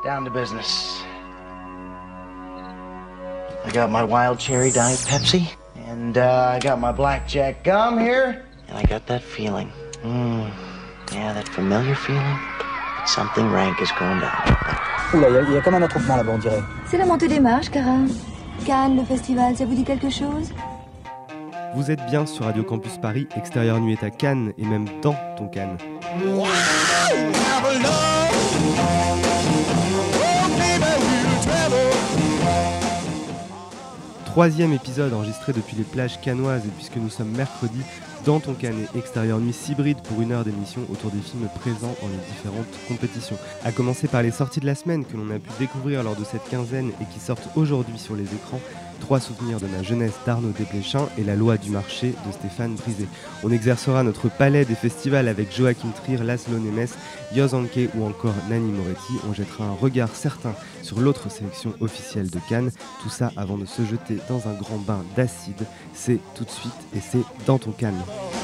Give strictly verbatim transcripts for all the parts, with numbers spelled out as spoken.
Down to business. I got my wild cherry Diet Pepsi, and uh, I got my blackjack gum here, and I got that feeling. Mm, yeah, that familiar feeling. That something rank is going down. Oula, il y, y a comme un attroupement là-bas, on dirait. C'est la montée des marches, Cara. Cannes, le festival, ça vous dit quelque chose? Vous êtes bien sur Radio Campus Paris, Extérieur Nuit est à Cannes et même dans ton Cannes. Troisième épisode enregistré depuis les plages cannoises, et puisque nous sommes mercredi, Dans ton Cannes et Extérieur Nuit s'hybrident pour une heure d'émission autour des films présents dans les différentes compétitions. À commencer par les sorties de la semaine que l'on a pu découvrir lors de cette quinzaine et qui sortent aujourd'hui sur les écrans. Trois souvenirs de ma jeunesse d'Arnaud Desplechin et La loi du marché de Stéphane Brisé. On exercera notre palais des festivals avec Joachim Trier, Laszlo Nemes, Yoz Anke ou encore Nanni Moretti. On jettera un regard certain sur l'autre sélection officielle de Cannes. Tout ça avant de se jeter dans un grand bain d'acide. C'est tout de suite et c'est Dans ton Cannes.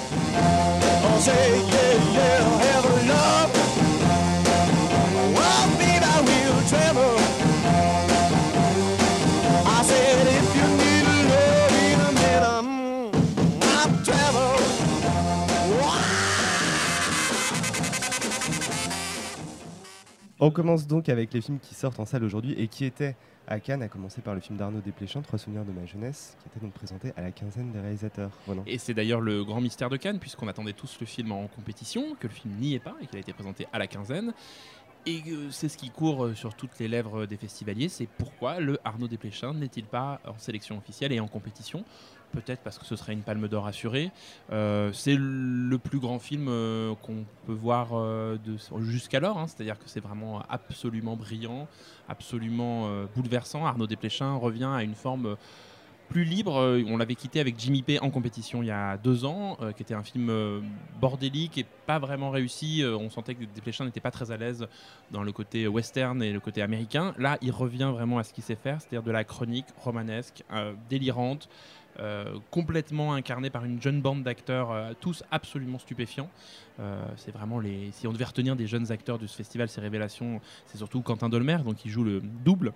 On commence donc avec les films qui sortent en salle aujourd'hui et qui étaient à Cannes, à commencer par le film d'Arnaud Desplechin, Trois souvenirs de ma jeunesse, qui était donc présenté à la quinzaine des réalisateurs. Voilà. Et c'est d'ailleurs le grand mystère de Cannes, puisqu'on attendait tous le film en compétition, que le film n'y est pas et qu'il a été présenté à la quinzaine. Et c'est ce qui court sur toutes les lèvres des festivaliers, c'est pourquoi le Arnaud Desplechin n'est-il pas en sélection officielle et en compétition ? Peut-être parce que ce serait une palme d'or assurée. Euh, c'est le plus grand film euh, qu'on peut voir euh, de, jusqu'alors, hein, c'est-à-dire que c'est vraiment absolument brillant, absolument euh, bouleversant. Arnaud Desplechin revient à une forme euh, plus libre. On l'avait quitté avec Jimmy P en compétition il y a deux ans, euh, qui était un film euh, bordélique et pas vraiment réussi. Euh, on sentait que Desplechin n'était pas très à l'aise dans le côté western et le côté américain. Là, il revient vraiment à ce qu'il sait faire, c'est-à-dire de la chronique romanesque, euh, délirante, Euh, complètement incarné par une jeune bande d'acteurs, euh, tous absolument stupéfiants. Euh, c'est vraiment les... Si on devait retenir des jeunes acteurs de ce festival, ces révélations, c'est surtout Quentin Dolmer, donc il joue le double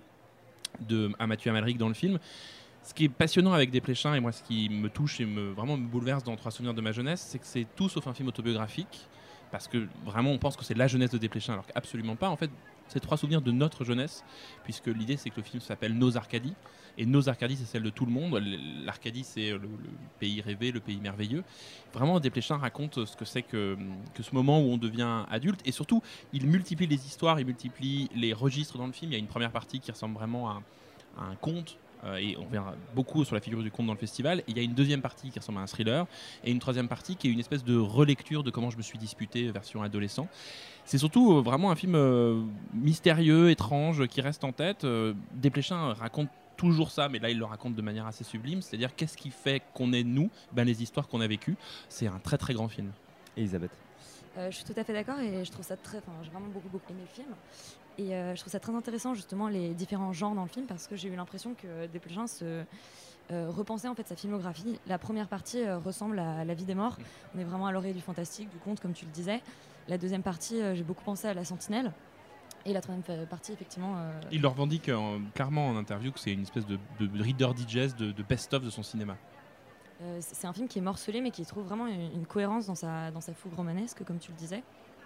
de à Mathieu Amalric dans le film. Ce qui est passionnant avec Desplechin, et moi ce qui me touche et me, vraiment me bouleverse dans Trois souvenirs de ma jeunesse, c'est que c'est tout sauf un film autobiographique, parce que vraiment on pense que c'est la jeunesse de Desplechin, alors qu'absolument pas. En fait, c'est trois souvenirs de notre jeunesse, puisque l'idée c'est que le film s'appelle Nos Arcadies, et Nos Arcadies c'est celle de tout le monde. L'Arcadie c'est le, le pays rêvé, le pays merveilleux. Vraiment, Desplechin raconte ce que c'est que, que ce moment où on devient adulte, et surtout il multiplie les histoires, il multiplie les registres dans le film. Il y a une première partie qui ressemble vraiment à, à un conte, euh, et on verra beaucoup sur la figure du conte dans le festival. Et il y a une deuxième partie qui ressemble à un thriller, et une troisième partie qui est une espèce de relecture de Comment je me suis disputé version adolescent. C'est surtout euh, vraiment un film euh, mystérieux, étrange, qui reste en tête. Euh, Desplechin raconte toujours ça, mais là il le raconte de manière assez sublime, c'est-à-dire qu'est-ce qui fait qu'on est nous, ben, les histoires qu'on a vécues. C'est un très très grand film. Elisabeth. Euh, je suis tout à fait d'accord, et je trouve ça très, enfin, j'ai vraiment beaucoup beaucoup aimé le film, et euh, je trouve ça très intéressant justement les différents genres dans le film, parce que j'ai eu l'impression que Desplechin se euh, repensait en fait sa filmographie. La première partie euh, ressemble à La vie des morts, on est vraiment à l'orée du fantastique, du conte comme tu le disais. La deuxième partie, euh, j'ai beaucoup pensé à La Sentinelle. Et la troisième partie, effectivement... Euh... Il le revendique euh, clairement en interview que c'est une espèce de, de reader digest, de, de best-of de son cinéma. Euh, c'est un film qui est morcelé, mais qui trouve vraiment une, une cohérence dans sa, dans sa fougue romanesque, comme tu le disais.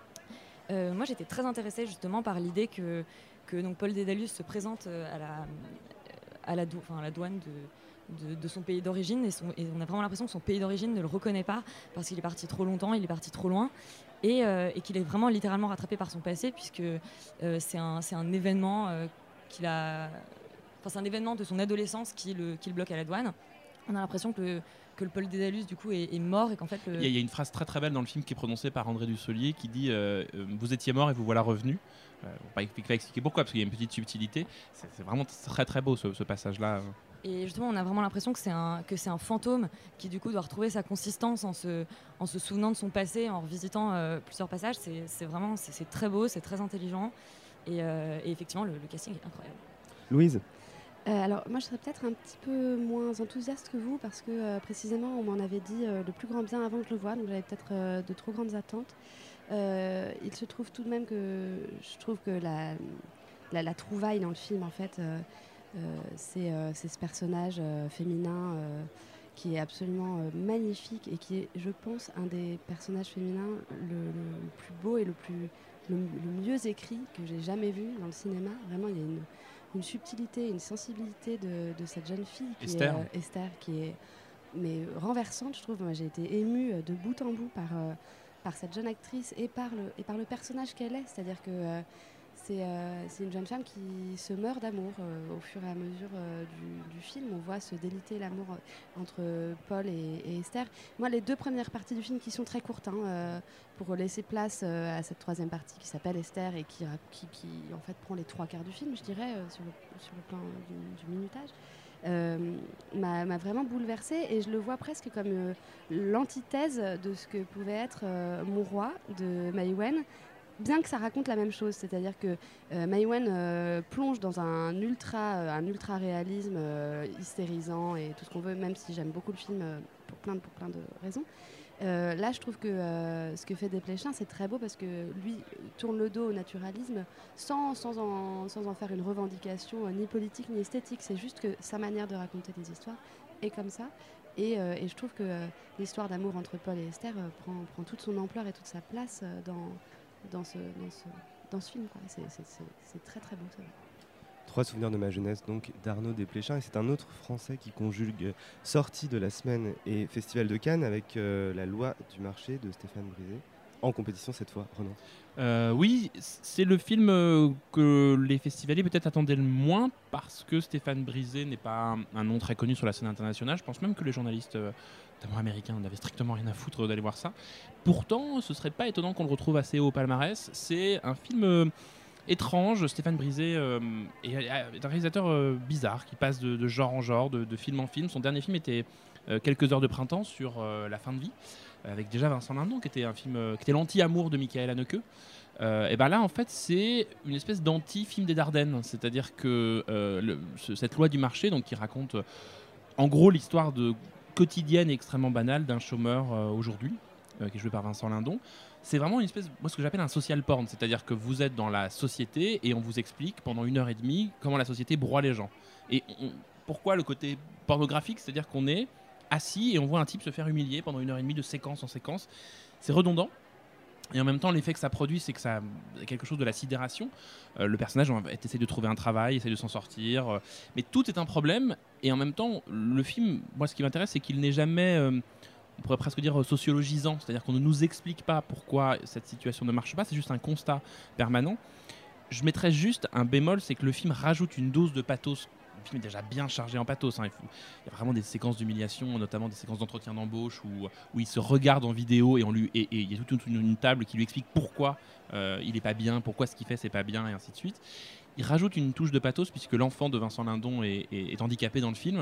Euh, moi, j'étais très intéressée justement par l'idée que, que donc, Paul Dédalus se présente à la, à la, dou- enfin, à la douane de, de, de son pays d'origine, et, son, et on a vraiment l'impression que son pays d'origine ne le reconnaît pas, parce qu'il est parti trop longtemps, il est parti trop loin. Et, euh, et qu'il est vraiment littéralement rattrapé par son passé, puisque euh, c'est, un, c'est un événement euh, qu'il a... Enfin, c'est un événement de son adolescence qui le, qui le bloque à la douane. On a l'impression que le, que le Paul Dédalus du coup est, est mort, et qu'en fait... Le... Il, y a, il y a une phrase très très belle dans le film qui est prononcée par André Dussolier qui dit euh, « Vous étiez mort et vous voilà revenu ». Euh, on ne va pas expliquer pourquoi, parce qu'il y a une petite subtilité. C'est, c'est vraiment très très beau ce, ce passage-là. Et justement, on a vraiment l'impression que c'est un, que c'est un fantôme qui, du coup, doit retrouver sa consistance en se, en se souvenant de son passé, en revisitant euh, plusieurs passages. C'est, c'est vraiment c'est, c'est très beau, c'est très intelligent. Et, euh, et effectivement, le, le casting est incroyable. Louise ? Euh, alors moi je serais peut-être un petit peu moins enthousiaste que vous, parce que euh, précisément on m'en avait dit euh, le plus grand bien avant que je le voie, donc j'avais peut-être euh, de trop grandes attentes. Euh, il se trouve tout de même que je trouve que la, la, la trouvaille dans le film, en fait, euh, euh, c'est, euh, c'est ce personnage euh, féminin euh, qui est absolument euh, magnifique et qui est, je pense, un des personnages féminins le, le, le plus beau et le, plus, le, le mieux écrit que j'ai jamais vu dans le cinéma. Vraiment, il y a une, une subtilité, une sensibilité de, de cette jeune fille qui Esther. est euh, Esther, qui est mais renversante, je trouve. Moi, j'ai été émue de bout en bout par, euh, par cette jeune actrice et par le, et par le personnage qu'elle est. C'est-à-dire que euh, c'est, euh, c'est une jeune femme qui se meurt d'amour euh, au fur et à mesure euh, du, du film. On voit se déliter l'amour euh, entre Paul et, et Esther. Moi, les deux premières parties du film qui sont très courtes, hein, euh, pour laisser place euh, à cette troisième partie qui s'appelle Esther et qui, qui, qui en fait prend les trois quarts du film, je dirais, euh, sur, le, sur le plan du, du minutage. Euh, m'a, m'a vraiment bouleversée et je le vois presque comme euh, l'antithèse de ce que pouvait être euh, Mon Roi de Mai Wen, bien que ça raconte la même chose, c'est-à-dire que euh, Mai Wen euh, plonge dans un ultra, euh, un ultra réalisme euh, hystérisant et tout ce qu'on veut, même si j'aime beaucoup le film euh, pour, plein de, pour plein de raisons. Euh, là, je trouve que euh, ce que fait Desplechin, c'est très beau parce que lui tourne le dos au naturalisme sans, sans, en, sans en faire une revendication euh, ni politique ni esthétique. C'est juste que sa manière de raconter des histoires est comme ça. Et, euh, et je trouve que euh, l'histoire d'amour entre Paul et Esther euh, prend, prend toute son ampleur et toute sa place euh, dans, dans, ce, dans, ce, dans ce film, quoi. C'est, c'est, c'est, c'est très très beau, c'est vrai. Trois souvenirs de ma jeunesse, donc d'Arnaud Desplechin, et c'est un autre Français qui conjugue sortie de la semaine et Festival de Cannes avec euh, La Loi du marché de Stéphane Brisé, en compétition cette fois, Renan. Euh, oui, c'est le film euh, que les festivaliers peut-être attendaient le moins parce que Stéphane Brisé n'est pas un, un nom très connu sur la scène internationale. Je pense même que les journalistes, euh, notamment américains, n'avaient strictement rien à foutre d'aller voir ça. Pourtant, ce serait pas étonnant qu'on le retrouve assez haut au palmarès. C'est un film euh, étrange. Stéphane Brisé euh, est, est un réalisateur euh, bizarre qui passe de, de genre en genre, de, de film en film. Son dernier film était euh, Quelques heures de printemps sur euh, la fin de vie, avec déjà Vincent Lindon, qui était un film euh, qui était l'anti-amour de Michael Haneke. Euh, et ben là, en fait, c'est une espèce d'anti-film des Dardennes, c'est-à-dire que euh, le, ce, cette loi du marché, donc qui raconte euh, en gros l'histoire de quotidienne et extrêmement banale d'un chômeur euh, aujourd'hui, euh, qui est joué par Vincent Lindon. C'est vraiment une espèce, moi ce que j'appelle un social porn, c'est-à-dire que vous êtes dans la société et on vous explique pendant une heure et demie comment la société broie les gens. Et on, pourquoi le côté pornographique, c'est-à-dire qu'on est assis et on voit un type se faire humilier pendant une heure et demie de séquence en séquence. C'est redondant. Et en même temps, l'effet que ça produit, c'est que ça a quelque chose de la sidération. Euh, le personnage essaie de trouver un travail, essaie de s'en sortir. Euh, mais tout est un problème. Et en même temps, le film, moi, ce qui m'intéresse, c'est qu'il n'est jamais, euh, on pourrait presque dire, sociologisant. C'est-à-dire qu'on ne nous explique pas pourquoi cette situation ne marche pas. C'est juste un constat permanent. Je mettrais juste un bémol, c'est que le film rajoute une dose de pathos. Le film est déjà bien chargé en pathos. Hein. Il, faut, il y a vraiment des séquences d'humiliation, notamment des séquences d'entretien d'embauche où, où il se regarde en vidéo et, on lui, et, et il y a toute une, une table qui lui explique pourquoi euh, il n'est pas bien, pourquoi ce qu'il fait c'est pas bien et ainsi de suite. Il rajoute une touche de pathos puisque l'enfant de Vincent Lindon est, est, est handicapé dans le film.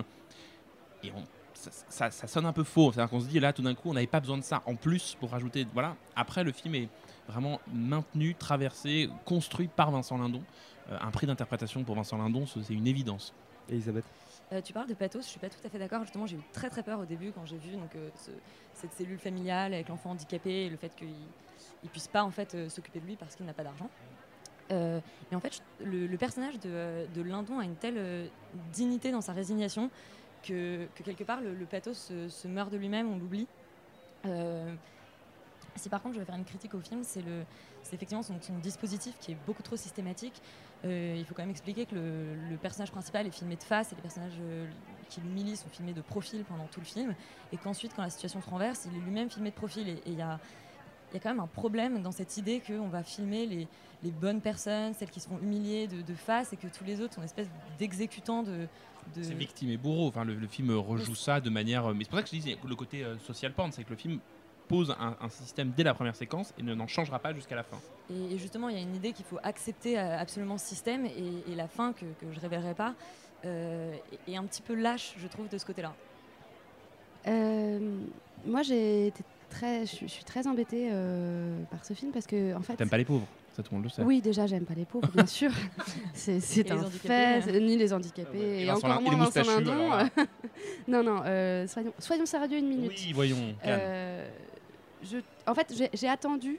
Et on, ça, ça, ça sonne un peu faux. C'est-à-dire qu'on se dit là tout d'un coup on n'avait pas besoin de ça en plus pour rajouter. Voilà. Après le film est vraiment maintenu, traversé, construit par Vincent Lindon. Euh, un prix d'interprétation pour Vincent Lindon, c'est une évidence. Elisabeth. Euh, tu parles de pathos, je suis pas tout à fait d'accord. Justement, j'ai eu très très peur au début quand j'ai vu donc, euh, ce, cette cellule familiale avec l'enfant handicapé et le fait qu'il ne puisse pas en fait, euh, s'occuper de lui parce qu'il n'a pas d'argent. Euh, et en fait, je, le, le personnage de, de Lindon a une telle euh, dignité dans sa résignation que, que quelque part le, le pathos se, se meurt de lui-même, on l'oublie. Euh, si par contre je vais faire une critique au film, c'est, le, c'est effectivement son, son dispositif qui est beaucoup trop systématique. Euh, il faut quand même expliquer que le, le personnage principal est filmé de face et les personnages euh, qui l'humilient sont filmés de profil pendant tout le film, et qu'ensuite quand la situation se renverse, il est lui-même filmé de profil. Et il y a, y a quand même un problème dans cette idée qu'on va filmer les, les bonnes personnes, celles qui se font humilier de, de face, et que tous les autres sont une espèce d'exécutants de... de... C'est victime et bourreau. Enfin, le, le film rejoue ça de manière... Mais c'est pour ça que je dis le côté euh, social porn, c'est que le film pose un, un système dès la première séquence et ne n'en changera pas jusqu'à la fin. Et, et justement, il y a une idée qu'il faut accepter absolument ce système, et, et la fin, que, que je ne révélerai pas, euh, est, est un petit peu lâche, je trouve, de ce côté-là. Euh, moi, j'ai été très, je, je suis très embêtée euh, par ce film parce que, en fait... T'aimes pas les pauvres, ça tout le monde le sait. Oui, déjà, j'aime pas les pauvres, bien sûr. c'est c'est un fait, c'est, ni les handicapés, ah ouais. et, et encore moins Vincent Lindon. Euh... non, non, euh, soyons, soyons sérieux une minute. Oui, voyons, calme. Euh, je, en fait, j'ai, j'ai attendu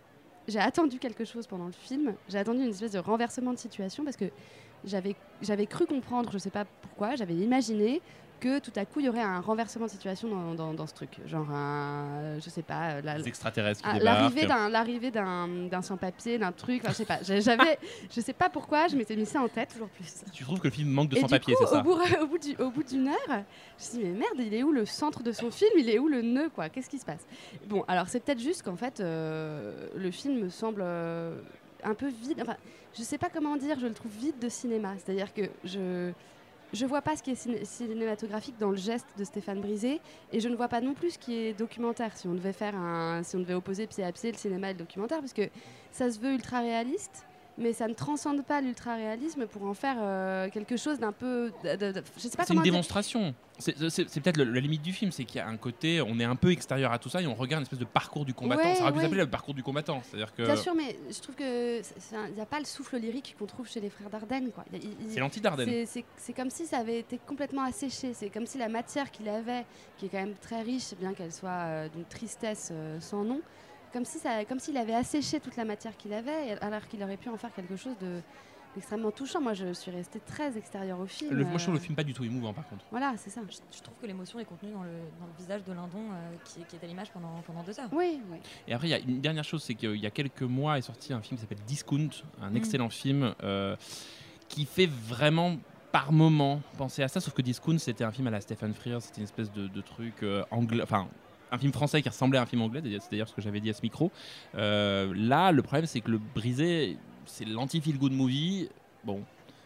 j'ai attendu quelque chose pendant le film. J'ai attendu une espèce de renversement de situation parce que j'avais, j'avais cru comprendre, je ne sais pas pourquoi, j'avais imaginé que tout à coup il y aurait un renversement de situation dans, dans, dans ce truc, genre un, je sais pas, la, Les extraterrestres qui ah, débarquent. l'arrivée d'un, l'arrivée d'un, d'un sans-papier, d'un truc, enfin, je sais pas, j'avais, je sais pas pourquoi, je m'étais mis ça en tête toujours plus. Tu trouves que le film manque de Et sans-papier, du coup, c'est ça? au bout, au bout, du, au bout d'une heure, je me suis dit mais merde, il est où le centre de son film, il est où le nœud, quoi, qu'est-ce qui se passe? Bon, alors c'est peut-être juste qu'en fait euh, le film me semble euh, un peu vide, enfin je sais pas comment dire, je le trouve vide de cinéma, c'est-à-dire que je Je vois pas ce qui est ciné- cinématographique dans le geste de Stéphane Brisé et je ne vois pas non plus ce qui est documentaire. Si on devait faire un, si on devait opposer pied à pied le cinéma et le documentaire, parce que ça se veut ultra réaliste, mais ça ne transcende pas l'ultra réalisme pour en faire euh, quelque chose d'un peu, de, de- de- je sais pas C'est une comment dire. démonstration. C'est, c'est- c'est peut-être le- la limite du film, c'est qu'il y a un côté, on est un peu extérieur à tout ça et on regarde une espèce de parcours du combattant. Ouais, ça aurait pu ouais. s'appeler le parcours du combattant. C'est-à-dire que Bien sûr, mais je trouve que il n'y a pas le souffle lyrique qu'on trouve chez les frères Dardenne, quoi. Il- il- c'est l'anti-Dardenne. C'est, c'est, c'est comme si ça avait été complètement asséché. C'est comme si la matière qu'il avait, qui est quand même très riche, bien qu'elle soit euh, d'une tristesse euh, sans nom, comme si ça, comme s'il avait asséché toute la matière qu'il avait, alors qu'il aurait pu en faire quelque chose de d'extrêmement touchant. Moi, je suis restée très extérieure au film. Le, moi, je trouve euh, le film pas du tout émouvant, par contre. Voilà, c'est ça. Je, je trouve que l'émotion est contenue dans le, dans le visage de Lindon euh, qui, qui est à l'image pendant, pendant deux heures. Oui, oui. Et après, il y a une dernière chose, c'est qu'il y a quelques mois est sorti un film qui s'appelle Discount, un Mm. excellent film euh, qui fait vraiment par moment penser à ça, sauf que Discount, c'était un film à la Stephen Frears, c'était une espèce de, de truc euh, anglais, enfin un film français qui ressemblait à un film anglais, c'est d'ailleurs ce que j'avais dit à ce micro. Euh, là, le problème, c'est que le Brisé, c'est l'anti-feel good movie. Bon,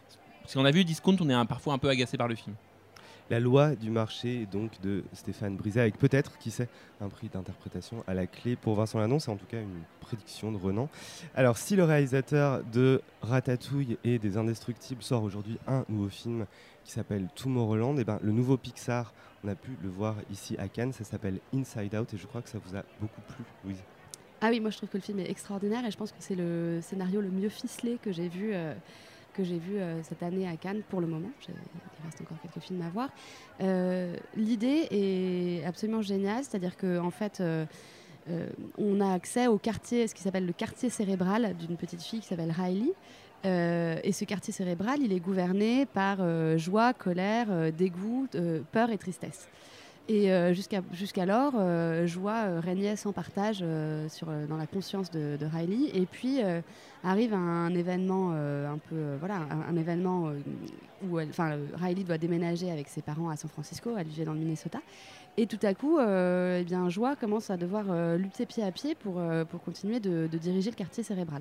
si on a vu Discount, on est un, parfois un peu agacé par le film. La loi du marché, donc, de Stéphane Brisé, avec peut-être, qui sait, un prix d'interprétation à la clé pour Vincent Lindon. C'est en tout cas une prédiction de Renan. Alors, si le réalisateur de Ratatouille et des Indestructibles sort aujourd'hui un nouveau film qui s'appelle Tomorrowland, et ben, le nouveau Pixar, on a pu le voir ici à Cannes, ça s'appelle Inside Out, et je crois que ça vous a beaucoup plu, Louise. Ah oui, moi je trouve que le film est extraordinaire et je pense que c'est le scénario le mieux ficelé que j'ai vu, euh, que j'ai vu euh, cette année à Cannes pour le moment. J'ai- il reste encore quelques films à voir. Euh, l'idée est absolument géniale, c'est-à-dire qu'en en fait, euh, euh, on a accès au quartier, ce qui s'appelle le quartier cérébral d'une petite fille qui s'appelle Riley. Euh, et ce quartier cérébral, il est gouverné par euh, joie, colère, euh, dégoût, euh, peur et tristesse. Et euh, jusqu'à, jusqu'alors, euh, joie euh, régnait sans partage euh, sur, euh, dans la conscience de, de Riley. Et puis euh, arrive un événement, euh, un peu, euh, voilà, un, un événement euh, où elle, enfin, euh, Riley doit déménager avec ses parents à San Francisco. Elle vivait dans le Minnesota. Et tout à coup, euh, eh bien, Joie commence à devoir euh, lutter pied à pied pour, euh, pour continuer de, de diriger le quartier cérébral.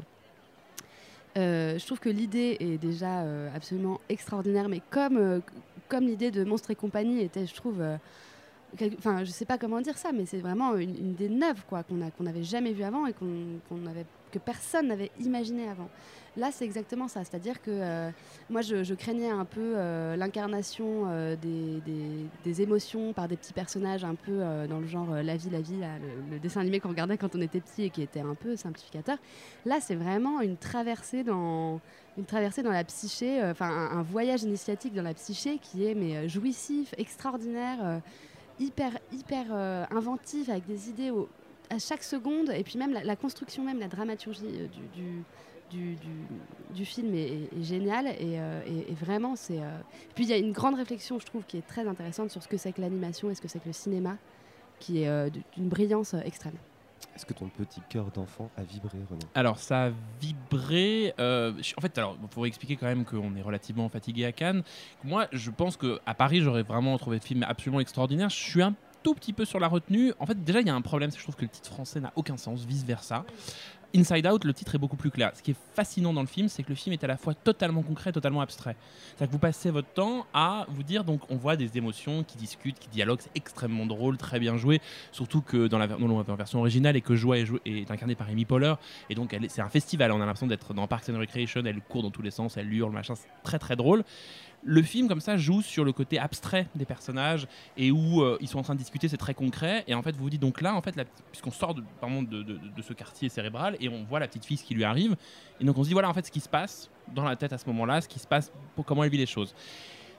Euh, je trouve que l'idée est déjà euh, absolument extraordinaire, mais comme, euh, comme l'idée de Monstres et compagnie était, je trouve, euh, quel- enfin, je sais pas comment dire ça, mais c'est vraiment une, une idée neuve, quoi, qu'on a, qu'on n'avait jamais vue avant et qu'on, qu'on avait, que personne n'avait imaginé avant. Là, c'est exactement ça, c'est-à-dire que euh, moi, je, je craignais un peu euh, l'incarnation euh, des, des- des émotions par des petits personnages un peu euh, dans le genre euh, La vie, la vie, là, le, le dessin animé qu'on regardait quand on était petit et qui était un peu simplificateur. Là, c'est vraiment une traversée dans, une traversée dans la psyché, enfin un, un voyage initiatique dans la psyché qui est mais, euh, jouissif, extraordinaire, euh, hyper, hyper euh, inventif, avec des idées au- à chaque seconde, et puis même la, la construction, même la dramaturgie euh, du, du, du, du- du film est, est- est géniale, et, euh, et- et vraiment, c'est... euh, Puis il y a une grande réflexion, je trouve, qui est très intéressante sur ce que c'est que l'animation et ce que c'est que le cinéma, qui est euh, d'une brillance euh, extrême. Est-ce que ton petit cœur d'enfant a vibré, Renan? Alors, ça a vibré. euh, je- en fait, alors, il faut expliquer quand même qu'on est relativement fatigué à Cannes. Moi, je pense qu'à Paris, j'aurais vraiment trouvé le film absolument extraordinaire. Je suis un tout petit peu sur la retenue. En fait, déjà, il y a un problème, c'est que je trouve que le titre français n'a aucun sens, vice-versa. Inside Out, le titre est beaucoup plus clair. Ce qui est fascinant dans le film, c'est que le film est à la fois totalement concret et totalement abstrait. C'est-à-dire que vous passez votre temps à vous dire, donc on voit des émotions qui discutent, qui dialoguent, c'est extrêmement drôle, très bien joué, surtout que dans la, ver- dans la version originale et que Joie est, joué- est incarnée par Amy Poehler, et donc elle est- c'est un festival, on a l'impression d'être dans Parks and Recreation, elle court dans tous les sens, elle hurle, machin, c'est très très drôle. Le film, comme ça, joue sur le côté abstrait des personnages et où euh, ils sont en train de discuter, c'est très concret. Et en fait, vous vous dites donc là, en fait, la- puisqu'on sort de, pardon, de, de- de ce quartier cérébral et on voit la petite fille ce qui lui arrive, et donc on se dit voilà en fait ce qui se passe dans la tête à ce moment-là, ce qui se passe, pour comment elle vit les choses.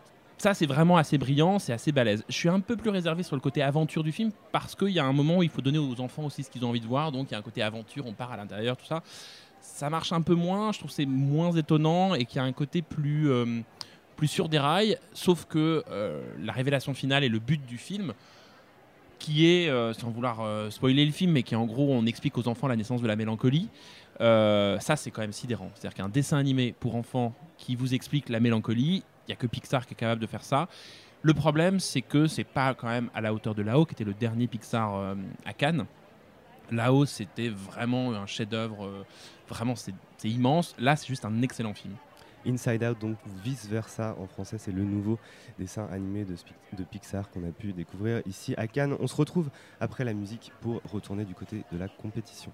ça, c'est vraiment assez brillant, c'est assez balèze. Je suis un peu plus réservé sur le côté aventure du film parce qu'il y a un moment où il faut donner aux enfants aussi ce qu'ils ont envie de voir. Donc, il y a un côté aventure, on part à l'intérieur, tout ça. Ça marche un peu moins, je trouve que c'est moins étonnant et qu'il y a un côté plus, euh, plus sur des rails. Sauf que euh, la révélation finale et le but du film, qui est, euh, sans vouloir euh, spoiler le film, mais qui est en gros, on explique aux enfants la naissance de la mélancolie. Euh, ça, c'est quand même sidérant. C'est-à-dire qu'un dessin animé pour enfants qui vous explique la mélancolie, il n'y a que Pixar qui est capable de faire ça. Le problème, c'est que c'est pas quand même à la hauteur de Là-haut, qui était le dernier Pixar euh, à Cannes. Là-haut, c'était vraiment un chef-d'œuvre. Euh, vraiment, c'est, c'est immense. Là, c'est juste un excellent film. Inside Out, donc vice versa en français, c'est le nouveau dessin animé de, de Pixar qu'on a pu découvrir ici à Cannes. On se retrouve après la musique pour retourner du côté de la compétition.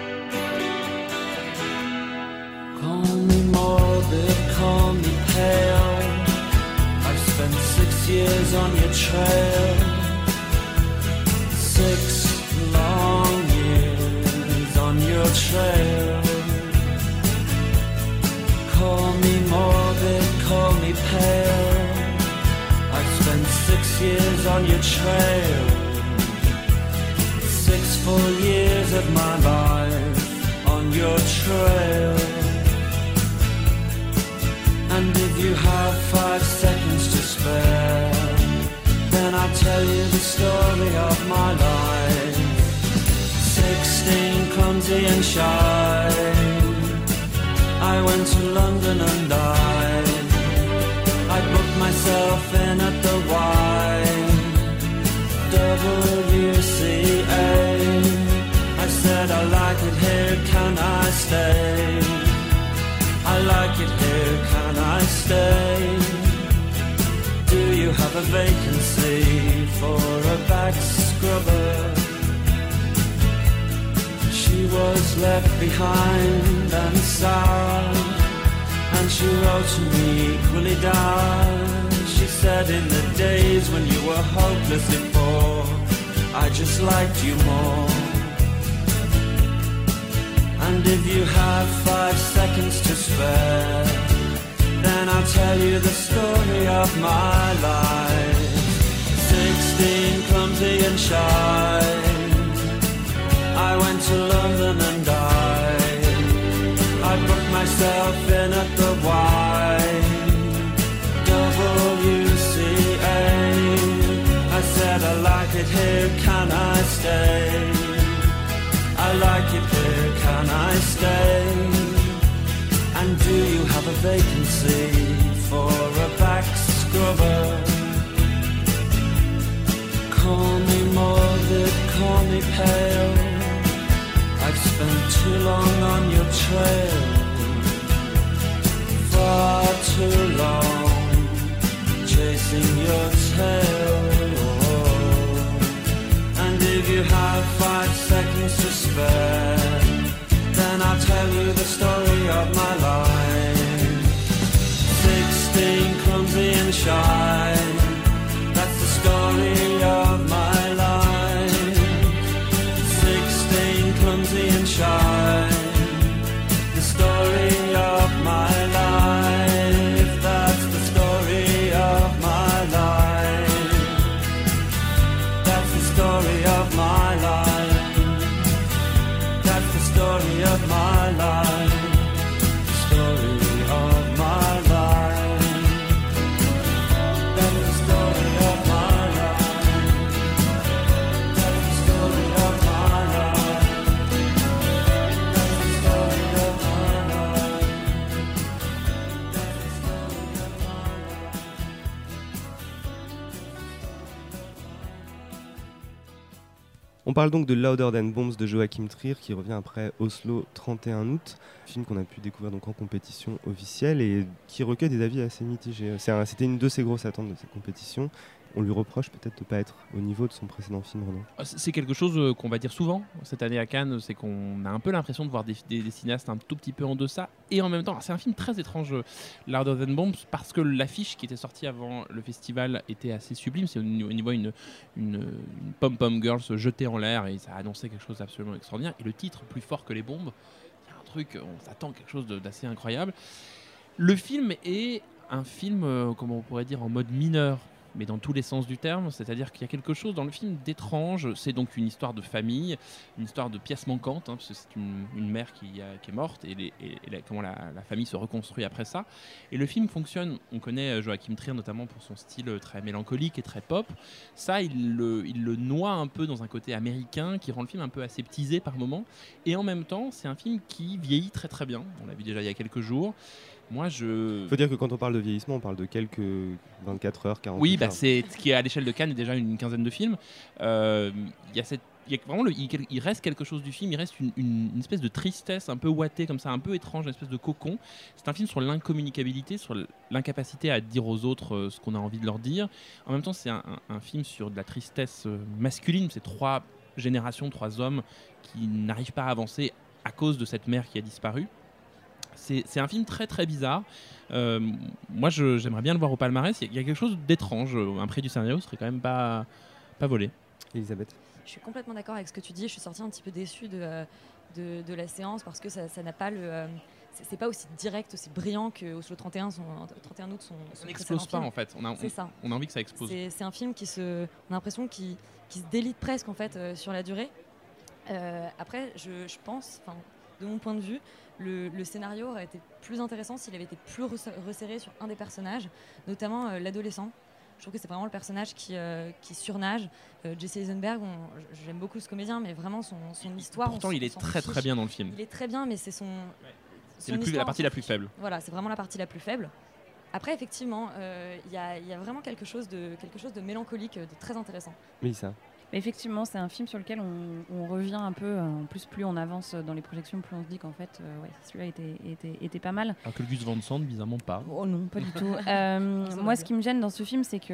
Call me morbid, call me pale. I've spent six years on your trail. Six long years on your trail. Call me morbid, call me pale. I've spent six years on your trail. Six full years of my life on your trail. And if you have five seconds to spare, then I'll tell you the story of my life. Sixteen, clumsy and shy, I went to London and died. I booked myself in at the Y W C A. I said I like it here, can I stay? I like it here, can I stay? Do you have a vacancy for a back scrubber? She was left behind and sour, and she wrote to me equally down. She said in the days when you were hopelessly poor, I just liked you more. And if you have five seconds to spare, then I'll tell you the story of my life. Sixteen, clumsy and shy, I went to London and died. I booked myself in at the Y W C A. I said I like it here, can I stay? I like it here, can I stay? And do you have a vacancy for a back scrubber? Call me morbid, call me pale. I've spent too long on your trail, far too long, chasing your tail. And if you have five seconds to spare, then I'll tell you the story of my life. Sixteen, clumsy and shy, that's the story of my life. Sixteen, clumsy and shy, the story of my life. That's the story of my life. That's the story of my life. That's the story of my life. The story of my life. That's the story of my life. That's the story of my life. That's the story of my life. That's the story of my life. On parle donc de Louder Than Bombs de Joachim Trier qui revient après Oslo trente et un août, film qu'on a pu découvrir donc en compétition officielle et qui recueille des avis assez mitigés. C'est un, c'était une de ses grosses attentes de cette compétition. On lui reproche peut-être de ne pas être au niveau de son précédent film, Renaud. C'est quelque chose qu'on va dire souvent cette année à Cannes, c'est qu'on a un peu l'impression de voir des, des, des cinéastes un tout petit peu en deçà. Et en même temps, c'est un film très étrange, Louder Than Bombs, parce que l'affiche qui était sortie avant le festival était assez sublime. C'est au niveau une, une, une pom-pom girl se jeter en l'air et ça annonçait quelque chose d'absolument extraordinaire. Et le titre, Plus fort que les bombes, il y a un truc, on s'attend à quelque chose de, d'assez incroyable. Le film est un film, euh, comment on pourrait dire, en mode mineur, mais dans tous les sens du terme, c'est-à-dire qu'il y a quelque chose dans le film d'étrange. C'est donc une histoire de famille, une histoire de pièce manquante, hein, parce que c'est une, une mère qui, a, qui est morte et, les, et, et la, comment la, la famille se reconstruit après ça. Et le film fonctionne, on connaît Joachim Trier notamment pour son style très mélancolique et très pop. Ça, il le, il le noie un peu dans un côté américain qui rend le film un peu aseptisé par moments. Et en même temps, c'est un film qui vieillit très très bien. On l'a vu déjà il y a quelques jours. Moi, je... Il faut dire que quand on parle de vieillissement, on parle de quelques vingt-quatre heures, quarante-huit oui, heures. bah, c'est ce qui est à l'échelle de Cannes est déjà une quinzaine de films. Euh, Il y a cette il y a vraiment le, il, il reste quelque chose du film, il reste une, une, une espèce de tristesse un peu ouatée comme ça, un peu étrange, une espèce de cocon. C'est un film sur l'incommunicabilité, sur l'incapacité à dire aux autres euh, ce qu'on a envie de leur dire. En même temps, c'est un, un, un film sur de la tristesse euh, masculine. C'est trois générations, trois hommes qui n'arrivent pas à avancer à cause de cette mère qui a disparu. C'est, c'est un film très très bizarre. Euh, moi, je, j'aimerais bien le voir au palmarès. Il y, y a quelque chose d'étrange. Un prix du scénario serait quand même pas, pas volé. Elisabeth. Je suis complètement d'accord avec ce que tu dis. Je suis sortie un petit peu déçue de, de, de la séance parce que ça, ça n'a pas le. Euh, c'est, c'est pas aussi direct, aussi brillant que le trente et un, son, trente et un août. Son, ça n'explose pas film. en fait. On a, c'est on, ça. on a envie que ça explose. C'est, c'est un film qui se. On a l'impression qu'il, qu'il se délite presque en fait euh, sur la durée. Euh, après, je, je pense, de mon point de vue, le, le scénario aurait été plus intéressant s'il avait été plus resserré sur un des personnages, notamment euh, l'adolescent. Je trouve que c'est vraiment le personnage qui, euh, qui surnage. Euh, Jesse Eisenberg, on, j'aime beaucoup ce comédien, mais vraiment son, son histoire... Pourtant, on, il on est très fiche. très bien dans le film. Il est très bien, mais c'est son... Ouais. C'est son le plus, histoire, la partie la plus faible. Voilà, c'est vraiment la partie la plus faible. Après, effectivement, il euh, y, y a vraiment quelque chose de, quelque chose de mélancolique, de très intéressant. Oui, ça. Effectivement, c'est un film sur lequel on, on revient un peu. En plus, plus on avance dans les projections, plus on se dit qu'en fait, euh, ouais, celui-là était, était, était pas mal. Alors que le Gus Van Sant, bizarrement pas. Oh non, pas du tout. Euh, moi, ce qui me gêne dans ce film, c'est que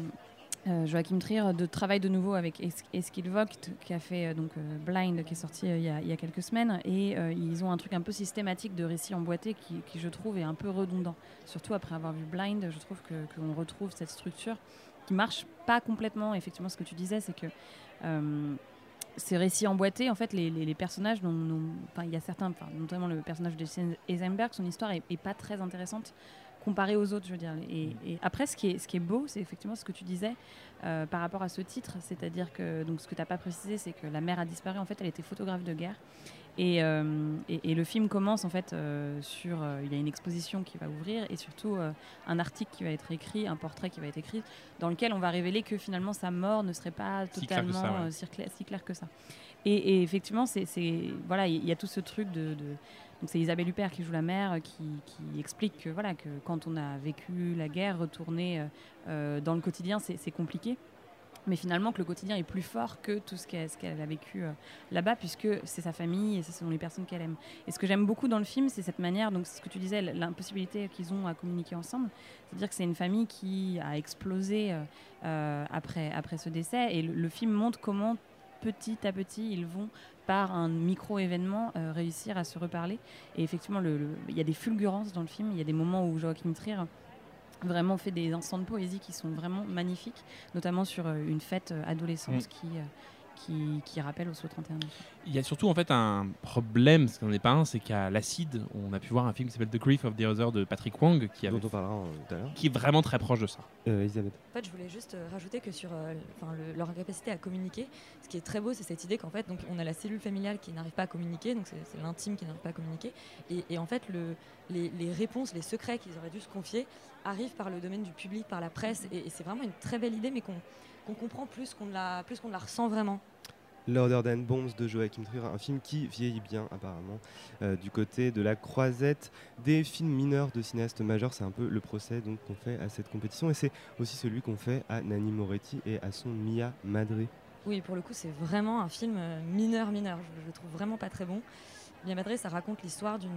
euh, Joachim Trier de travaille de nouveau avec es- Eskil Vogt, qui a fait euh, donc euh, Blind, qui est sorti euh, il, y a, il y a quelques semaines, et euh, ils ont un truc un peu systématique de récit emboîté qui, qui, je trouve, est un peu redondant. Surtout après avoir vu Blind, je trouve que qu'on retrouve cette structure qui marche pas complètement. Effectivement, ce que tu disais, c'est que euh, ces récits emboîtés, en fait, les, les, les personnages, il y a certains, notamment le personnage de Eisenberg, son histoire est, est pas très intéressante comparée aux autres, je veux dire. Et, et après, ce qui est, ce qui est beau, c'est effectivement ce que tu disais euh, par rapport à ce titre, c'est-à-dire que donc ce que t'as pas précisé, c'est que la mère a disparu. En fait, elle était photographe de guerre. Et, euh, et, et le film commence en fait euh, sur, euh, il y a une exposition qui va ouvrir et surtout euh, un article qui va être écrit, un portrait qui va être écrit, dans lequel on va révéler que finalement sa mort ne serait pas si totalement clair ça, ouais. euh, si, clair, si clair que ça. Et, et effectivement, c'est, c'est voilà, il y, y a tout ce truc de, de donc c'est Isabelle Huppert qui joue la mère, qui, qui explique que voilà que quand on a vécu la guerre, retourner euh, dans le quotidien, c'est, c'est compliqué. Mais finalement que le quotidien est plus fort que tout ce qu'elle, ce qu'elle a vécu euh, là-bas, puisque c'est sa famille et ce sont les personnes qu'elle aime. Et ce que j'aime beaucoup dans le film, c'est cette manière, donc c'est ce que tu disais, l'impossibilité qu'ils ont à communiquer ensemble. C'est-à-dire que c'est une famille qui a explosé euh, euh, après, après ce décès, et le, le film montre comment petit à petit ils vont, par un micro-événement, euh, réussir à se reparler. Et effectivement, il le, le, y a des fulgurances dans le film, il y a des moments où Joachim Trier vraiment fait des instants de poésie qui sont vraiment magnifiques, notamment sur euh, une fête euh, adolescente mmh. qui, euh, qui, qui rappelle au trente et un. Il y a surtout en fait un problème, ce n'en est pas un, c'est qu'à l'Acide, on a pu voir un film qui s'appelle The Grief of the Other de Patrick Wang, qui, avait, dont on parlera euh, tout à l'heure, qui est vraiment très proche de ça. Euh, Elisabeth. En fait, je voulais juste euh, rajouter que sur euh, le, leur capacité à communiquer, ce qui est très beau, c'est cette idée qu'en fait, donc, on a la cellule familiale qui n'arrive pas à communiquer, donc c'est, c'est l'intime qui n'arrive pas à communiquer, et, et en fait, le, les, les réponses, les secrets qu'ils auraient dû se confier arrivent par le domaine du public, par la presse, et, et c'est vraiment une très belle idée, mais qu'on, qu'on comprend plus qu'on, la, plus qu'on la ressent vraiment. Louder Than Bombs de Joachim Trier, un film qui vieillit bien apparemment euh, du côté de la croisette des films mineurs de cinéastes majeurs. C'est un peu le procès donc, qu'on fait à cette compétition, et c'est aussi celui qu'on fait à Nanni Moretti et à son Mia Madre. Oui, pour le coup, c'est vraiment un film mineur mineur. Je, je le trouve vraiment pas très bon. Mia Madre, ça raconte l'histoire d'une,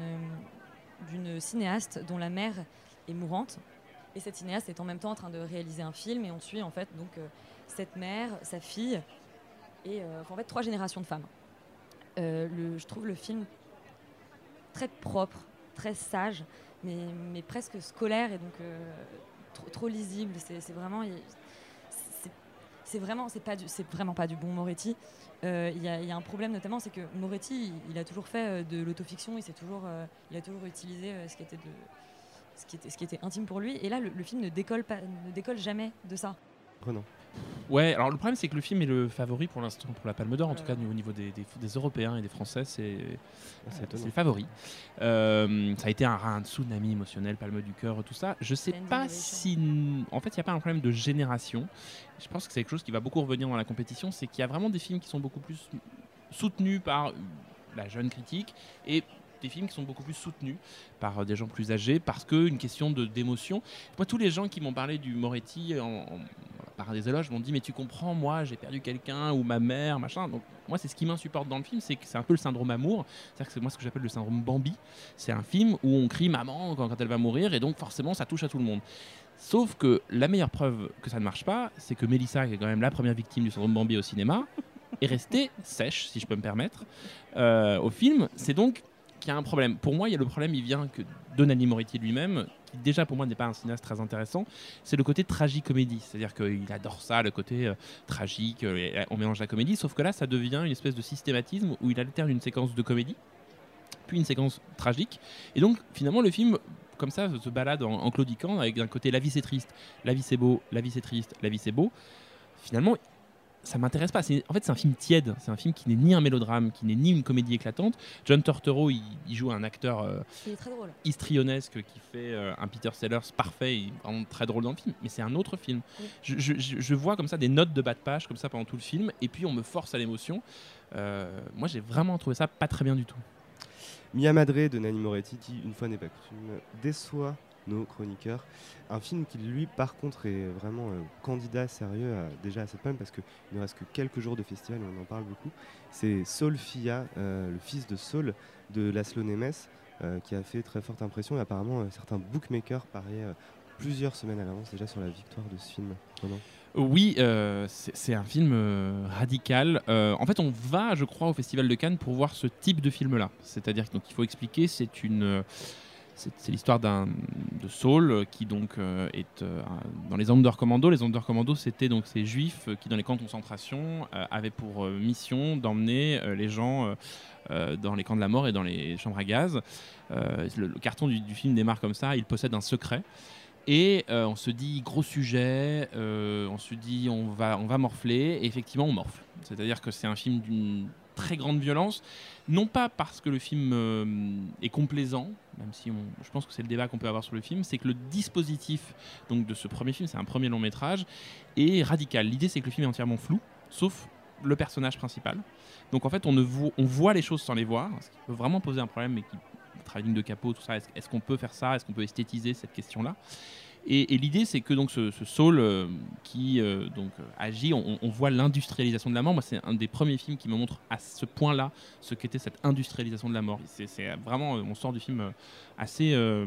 d'une cinéaste dont la mère est mourante, et cette cinéaste est en même temps en train de réaliser un film, et on suit en fait donc euh, cette mère, sa fille, et euh, en fait trois générations de femmes. Euh, le, je trouve le film très propre, très sage, mais, mais presque scolaire, et donc euh, trop, trop lisible. C'est, c'est vraiment, c'est, c'est vraiment, c'est pas du, c'est vraiment pas du bon Moretti. Il euh, y, y a un problème notamment, c'est que Moretti, il, il a toujours fait euh, de l'autofiction, il s'est toujours, euh, il a toujours utilisé euh, ce qui était de ce qui était, ce qui était intime pour lui. Et là, le, le film ne décolle, pas, ne décolle jamais de ça. Renan. Ouais, alors le problème c'est que le film est le favori pour l'instant pour la Palme d'Or, en tout cas au niveau des, des, des Européens et des Français, c'est, c'est, c'est le favori. Euh, ça a été un, un tsunami émotionnel, Palme du Cœur, tout ça. Je sais pas si, en fait, il n'y a pas un problème de génération. Je pense que c'est quelque chose qui va beaucoup revenir dans la compétition, c'est qu'il y a vraiment des films qui sont beaucoup plus soutenus par la jeune critique et des films qui sont beaucoup plus soutenus par des gens plus âgés parce qu'une question de, d'émotion. Moi, tous les gens qui m'ont parlé du Moretti en, en, par des éloges m'ont dit mais tu comprends, moi j'ai perdu quelqu'un ou ma mère, machin. Donc moi c'est ce qui m'insupporte dans le film, c'est que c'est un peu le syndrome amour. C'est-à-dire que c'est moi ce que j'appelle le syndrome Bambi. C'est un film où on crie maman quand, quand elle va mourir et donc forcément ça touche à tout le monde. Sauf que la meilleure preuve que ça ne marche pas, c'est que Mélissa, qui est quand même la première victime du syndrome Bambi au cinéma, est restée sèche, si je peux me permettre, euh, au film. C'est donc qu'il y a un problème. Pour moi, il y a le problème, il vient que de Nanni Moretti lui-même, qui déjà pour moi n'est pas un cinéaste très intéressant, c'est le côté tragicomédie. C'est-à-dire qu'il adore ça, le côté euh, tragique, euh, on mélange la comédie, sauf que là, ça devient une espèce de systématisme où il alterne une séquence de comédie, puis une séquence tragique. Et donc, finalement, le film, comme ça, se balade en, en claudiquant, avec d'un côté, la vie c'est triste, la vie c'est beau, la vie c'est triste, la vie c'est beau. Finalement, ça m'intéresse pas. C'est, en fait, c'est un film tiède. C'est un film qui n'est ni un mélodrame, qui n'est ni une comédie éclatante. John Turturro, il, il joue un acteur euh, histrionesque qui fait euh, un Peter Sellers parfait, il est vraiment très drôle dans le film. Mais c'est un autre film. Oui. Je, je, je vois comme ça des notes de bas de page comme ça pendant tout le film, et puis on me force à l'émotion. Euh, moi, j'ai vraiment trouvé ça pas très bien du tout. Mia Madre de Nanni Moretti, qui, une fois n'est pas coutume, déçoit nos chroniqueurs. Un film qui, lui, par contre, est vraiment euh, candidat sérieux à, déjà à cette palme, parce qu'il ne reste que quelques jours de festival et on en parle beaucoup. C'est Saul Fia, euh, le fils de Saul, de Laszlo Nemes, euh, qui a fait très forte impression. Et apparemment, euh, certains bookmakers pariaient euh, plusieurs semaines à l'avance déjà sur la victoire de ce film. Vraiment. Oui, euh, c'est, c'est un film euh, radical. Euh, en fait, on va, je crois, au Festival de Cannes pour voir ce type de film-là. C'est-à-dire qu'il faut expliquer, c'est une... Euh, C'est, c'est l'histoire d'un, de Saul qui donc euh, est euh, dans les Sonderkommando. Les Sonderkommando, c'était donc ces juifs qui, dans les camps de concentration, euh, avaient pour euh, mission d'emmener euh, les gens euh, euh, dans les camps de la mort et dans les chambres à gaz. Euh, le, le carton du, du film démarre comme ça. Il possède un secret. Et euh, on se dit gros sujet, euh, on se dit on va, on va morfler. Et effectivement, on morfle. C'est-à-dire que c'est un film d'une très grande violence, non pas parce que le film euh, est complaisant, même si on, je pense que c'est le débat qu'on peut avoir sur le film, c'est que le dispositif donc, de ce premier film, c'est un premier long métrage, est radical. L'idée, c'est que le film est entièrement flou, sauf le personnage principal. Donc en fait, on, ne vo- on voit les choses sans les voir, ce qui peut vraiment poser un problème, mais qui, le travail de capot, tout ça, est-ce, est-ce qu'on peut faire ça, est-ce qu'on peut esthétiser cette question-là ? Et, et l'idée, c'est que donc ce, ce Saul euh, qui euh, donc euh, agit, on, on voit l'industrialisation de la mort. Moi, c'est un des premiers films qui me montre à ce point-là ce qu'était cette industrialisation de la mort. C'est, c'est vraiment, on sort du film assez, euh,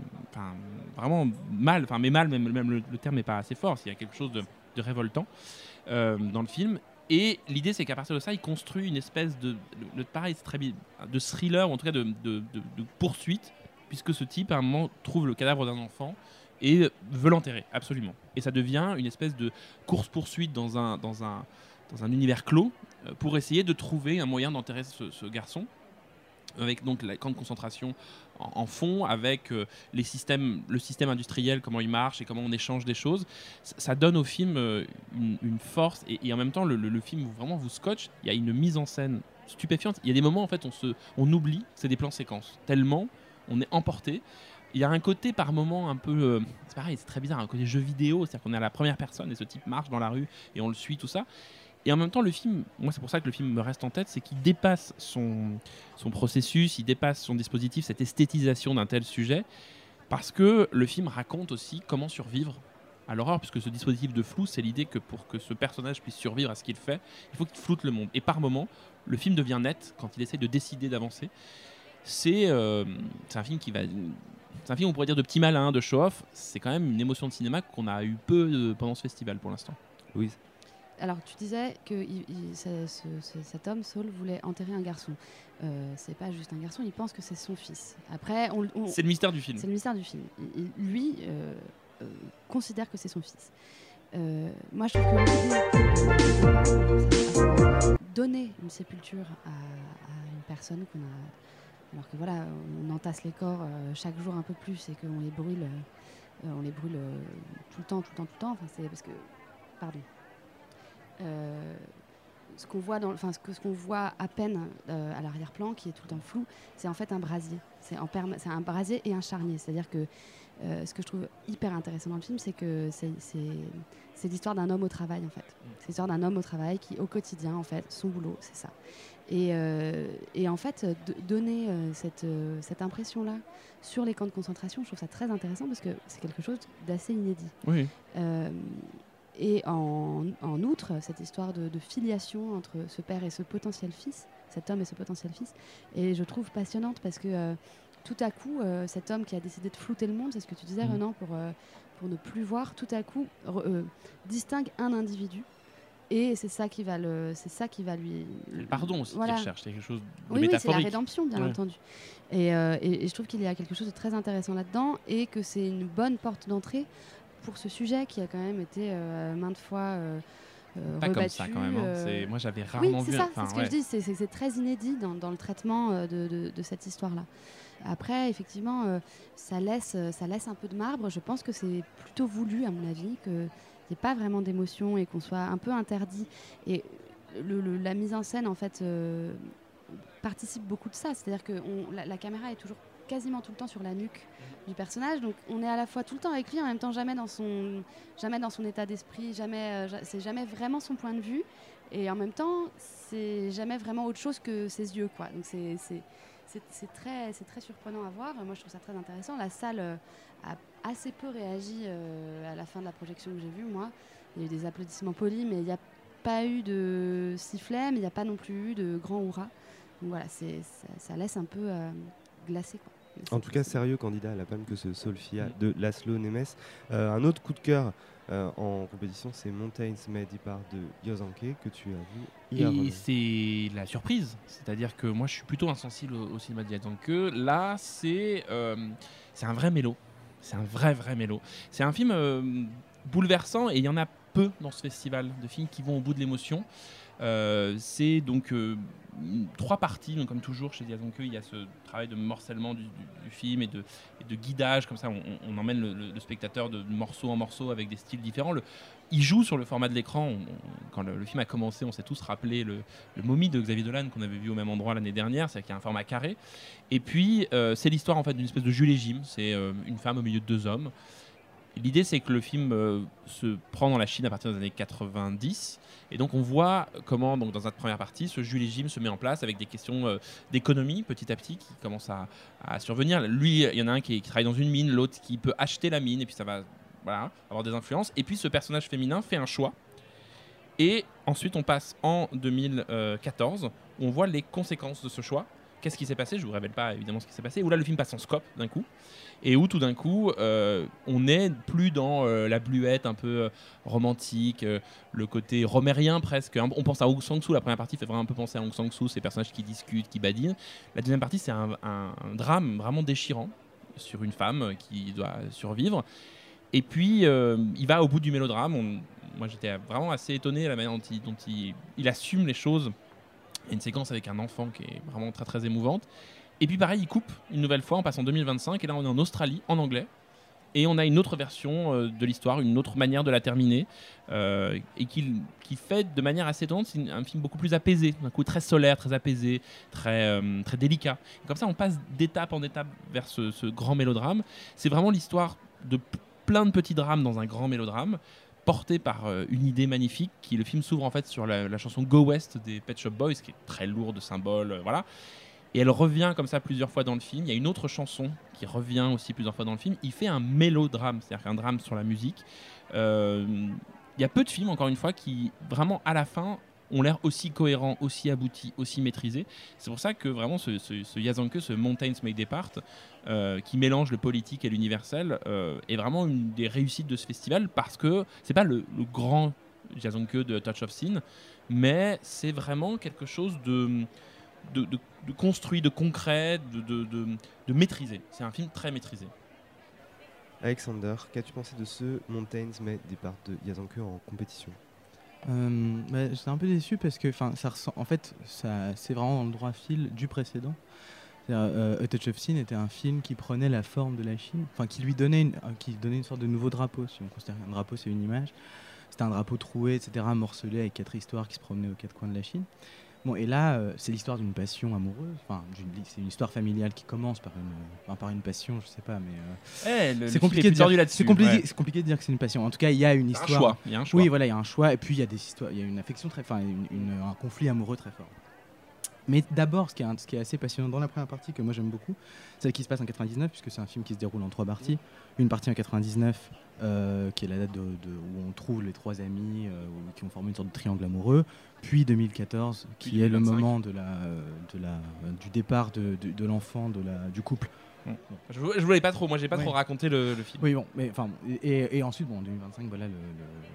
vraiment mal, enfin mais mal, même, même le, le terme n'est pas assez fort. Il y a quelque chose de, de révoltant euh, dans le film. Et l'idée, c'est qu'à partir de ça, il construit une espèce de, de, de pareil, c'est très, de thriller, ou en tout cas de, de, de, de poursuite, puisque ce type, à un moment, trouve le cadavre d'un enfant et veut l'enterrer, absolument. Et ça devient une espèce de course-poursuite dans un, dans un, dans un univers clos euh, pour essayer de trouver un moyen d'enterrer ce, ce garçon, avec donc les camps de concentration en, en fond, avec euh, les systèmes, le système industriel, comment il marche et comment on échange des choses. Ça, ça donne au film euh, une, une force et, et en même temps, le, le, le film vraiment vous scotche. Il y a une mise en scène stupéfiante. Il y a des moments, en fait, on, se, on oublie que c'est des plans séquences, tellement on est emporté. Il y a un côté par moment un peu, euh, c'est pareil, c'est très bizarre, un côté jeu vidéo, c'est-à-dire qu'on est à la première personne et ce type marche dans la rue et on le suit, tout ça. Et en même temps, le film, moi c'est pour ça que le film me reste en tête, c'est qu'il dépasse son, son processus, il dépasse son dispositif, cette esthétisation d'un tel sujet, parce que le film raconte aussi comment survivre à l'horreur, puisque ce dispositif de flou, c'est l'idée que pour que ce personnage puisse survivre à ce qu'il fait, il faut qu'il floute le monde. Et par moment, le film devient net quand il essaie de décider d'avancer. C'est, euh, c'est un film qui va... C'est un film, on pourrait dire, de petit malin, de show-off. C'est quand même une émotion de cinéma qu'on a eu peu de, pendant ce festival pour l'instant. Oui. Alors, tu disais que il, il, ce, ce, cet homme, Saul, voulait enterrer un garçon. Euh, c'est pas juste un garçon, il pense que c'est son fils. Après, on, on, c'est le mystère du film. C'est le mystère du film. Il, lui euh, euh, considère que c'est son fils. Euh, moi, je trouve que donner une sépulture à, à une personne qu'on a alors que voilà, on entasse les corps euh, chaque jour un peu plus et qu'on les brûle, euh, on les brûle euh, tout le temps, tout le temps, tout le temps. Enfin, c'est parce que, pardon. Euh, ce qu'on voit, dans, enfin, ce que ce qu'on voit à peine euh, à l'arrière-plan, qui est tout le temps flou, c'est en fait un brasier. C'est, en perma- c'est un brasier et un charnier. C'est-à-dire que euh, ce que je trouve hyper intéressant dans le film, c'est que c'est, c'est, c'est l'histoire d'un homme au travail, en fait. C'est l'histoire d'un homme au travail qui, au quotidien, en fait, son boulot, c'est ça. Et, euh, et en fait, de, donner euh, cette, euh, cette impression-là sur les camps de concentration, je trouve ça très intéressant parce que c'est quelque chose d'assez inédit. Oui. Euh, Et en, en outre, cette histoire de, de filiation entre ce père et ce potentiel fils, cet homme et ce potentiel fils, et je trouve passionnante parce que euh, tout à coup, euh, cet homme qui a décidé de flouter le monde, c'est ce que tu disais, Mmh. Renan, pour, euh, pour ne plus voir, tout à coup re- euh, distingue un individu. Et c'est ça qui va le, c'est ça qui va lui. Le pardon aussi Voilà. qu'il recherche, c'est quelque chose de Oui, oui, c'est la métaphorique. rédemption, bien Ouais. entendu. Et, euh, et, et je trouve qu'il y a quelque chose de très intéressant là-dedans et que c'est une bonne porte d'entrée pour ce sujet qui a quand même été euh, maintes fois euh, euh, Pas rebattu. comme ça quand même. Hein. euh, C'est... Moi j'avais Oui, rarement c'est vu. ça, Enfin, c'est ce que ouais. je dis, c'est, c'est, c'est très inédit dans, dans le traitement euh, de, de, de cette histoire-là. Après, effectivement, euh, ça, laisse, euh, ça laisse un peu de marbre. Je pense que c'est plutôt voulu, à mon avis, qu'il n'y ait pas vraiment d'émotion et qu'on soit un peu interdit. Et le, le, la mise en scène, en fait, euh, participe beaucoup de ça. C'est-à-dire que on, la, la caméra est toujours quasiment tout le temps sur la nuque du personnage, donc on est à la fois tout le temps avec lui, en même temps jamais dans son, jamais dans son état d'esprit, jamais, euh, ja- c'est jamais vraiment son point de vue, et en même temps c'est jamais vraiment autre chose que ses yeux, quoi. Donc c'est, c'est, c'est, c'est très, c'est très surprenant à voir. Moi je trouve ça très intéressant. La salle euh, a assez peu réagi euh, à la fin de la projection que j'ai vue, moi. Il y a eu des applaudissements polis, mais il n'y a pas eu de sifflet, mais il n'y a pas non plus eu de grand hurrah. Donc voilà, c'est, ça, ça laisse un peu euh, glacé, quoi. En tout cas, sérieux candidat à la palme que ce Sofia de Laszlo Nemes. Euh, un autre coup de cœur euh, en compétition, c'est Mountains May Depart de Yazanke que tu as vu hier. Et Renan. c'est la surprise, c'est-à-dire que moi je suis plutôt insensible au, au cinéma de Yazanke. Là, c'est euh, c'est un vrai mélo, c'est un vrai vrai mélo. C'est un film euh, bouleversant et il y en a peu dans ce festival de films qui vont au bout de l'émotion. Euh, c'est donc euh, trois parties, donc comme toujours chez Yazanke, il y a ce travail de morcellement du, du, du film et de, et de guidage, comme ça on, on emmène le, le, le spectateur de morceau en morceau avec des styles différents. Le, il joue sur le format de l'écran. On, on, quand le, le film a commencé, on s'est tous rappelé le, le Momie de Xavier Dolan qu'on avait vu au même endroit l'année dernière, c'est qu'il y a un format carré. Et puis euh, c'est l'histoire en fait d'une espèce de Jules et Jim, c'est euh, une femme au milieu de deux hommes. L'idée, c'est que le film euh, se prend dans la Chine à partir des années quatre-vingt-dix. Et donc, on voit comment, donc, dans cette première partie, ce Jules et Jim se met en place avec des questions euh, d'économie, petit à petit, qui commencent à, à survenir. Lui, il y en a un qui, qui travaille dans une mine, l'autre qui peut acheter la mine, et puis ça va voilà, avoir des influences. Et puis, ce personnage féminin fait un choix. Et ensuite, on passe en deux mille quatorze, où on voit les conséquences de ce choix. Qu'est-ce qui s'est passé ? Je ne vous révèle pas évidemment ce qui s'est passé. Où là, le film passe en scope d'un coup. Et où tout d'un coup, euh, on n'est plus dans euh, la bluette un peu euh, romantique, euh, le côté romérien presque. On pense à Aung San Suu, la première partie fait vraiment un peu penser à Aung San Suu, ces personnages qui discutent, qui badinent. La deuxième partie, c'est un, un, un drame vraiment déchirant sur une femme qui doit survivre. Et puis, euh, il va au bout du mélodrame. On, moi, j'étais vraiment assez étonné de la manière dont il, dont il, il assume les choses. Il y a une séquence avec un enfant qui est vraiment très très émouvante. Et puis pareil, il coupe une nouvelle fois, on passe en deux mille vingt-cinq, et là on est en Australie, en anglais. Et on a une autre version euh, de l'histoire, une autre manière de la terminer, euh, et qui, qui fait de manière assez étonnante, c'est un film beaucoup plus apaisé, d'un coup très solaire, très apaisé, très, euh, très délicat. Et comme ça, on passe d'étape en étape vers ce, ce grand mélodrame. C'est vraiment l'histoire de p- plein de petits drames dans un grand mélodrame, porté par euh, une idée magnifique, qui le film s'ouvre en fait sur la, la chanson Go West des Pet Shop Boys, qui est très lourde de symboles, euh, voilà. Et elle revient comme ça plusieurs fois dans le film. Il y a une autre chanson qui revient aussi plusieurs fois dans le film. Il fait un mélodrame, c'est-à-dire un drame sur la musique. Euh, il y a peu de films, encore une fois, qui vraiment à la fin ont l'air aussi cohérents, aussi aboutis, aussi maîtrisés. C'est pour ça que vraiment ce, ce, ce Yazanke, ce Mountains May Depart, euh, qui mélange le politique et l'universel, euh, est vraiment une des réussites de ce festival, parce que c'est pas le, le grand Yazanke de Touch of Sin, mais c'est vraiment quelque chose de De, de, de construit, de concret, de, de, de, de maîtrisé. C'est un film très maîtrisé. Alexander, qu'as-tu pensé de ce Mountains May Depart de Yazanke en compétition ? Euh, bah, j'étais un peu déçu parce que ça ressent, en fait, ça, c'est vraiment dans le droit fil du précédent. Euh, A Touch of Sin était un film qui prenait la forme de la Chine, enfin qui lui donnait une, euh, qui donnait une sorte de nouveau drapeau. Si on considère qu'un drapeau c'est une image, c'était un drapeau troué, et cetera, morcelé avec quatre histoires qui se promenaient aux quatre coins de la Chine. Bon, et là, euh, c'est l'histoire d'une passion amoureuse. Enfin, c'est une histoire familiale qui commence par une, enfin, par une passion, je sais pas, mais euh, Eh, le- c'est le compliqué film est de dire. tordu là-dessus, C'est compliqué, ouais. c'est compliqué de dire que c'est une passion. En tout cas, il y a une Il y a un histoire. choix, il y a un choix. Oui, voilà, il y a un choix, et puis il y a des histoires, il y a une affection très, enfin, une, une- un conflit amoureux très fort. Mais d'abord, ce qui, est, un- ce qui est assez passionnant dans la première partie, que moi j'aime beaucoup, celle qui se passe en quatre-vingt-dix-neuf, puisque c'est un film qui se déroule en trois parties. Une partie en quatre-vingt-dix-neuf, euh, qui est la date de, de- où on trouve les trois amis euh, où- qui ont formé une sorte de triangle amoureux. Puis deux mille quatorze, qui Puis est le deux mille vingt-cinq. moment de la, euh, de la, euh, du départ de, de, de l'enfant, de la, du couple. Bon. Je, je voulais pas trop, moi j'ai pas Oui. trop raconté le, le film. Oui, bon, mais enfin, et, et- et ensuite, bon, en deux mille vingt-cinq, voilà le, le-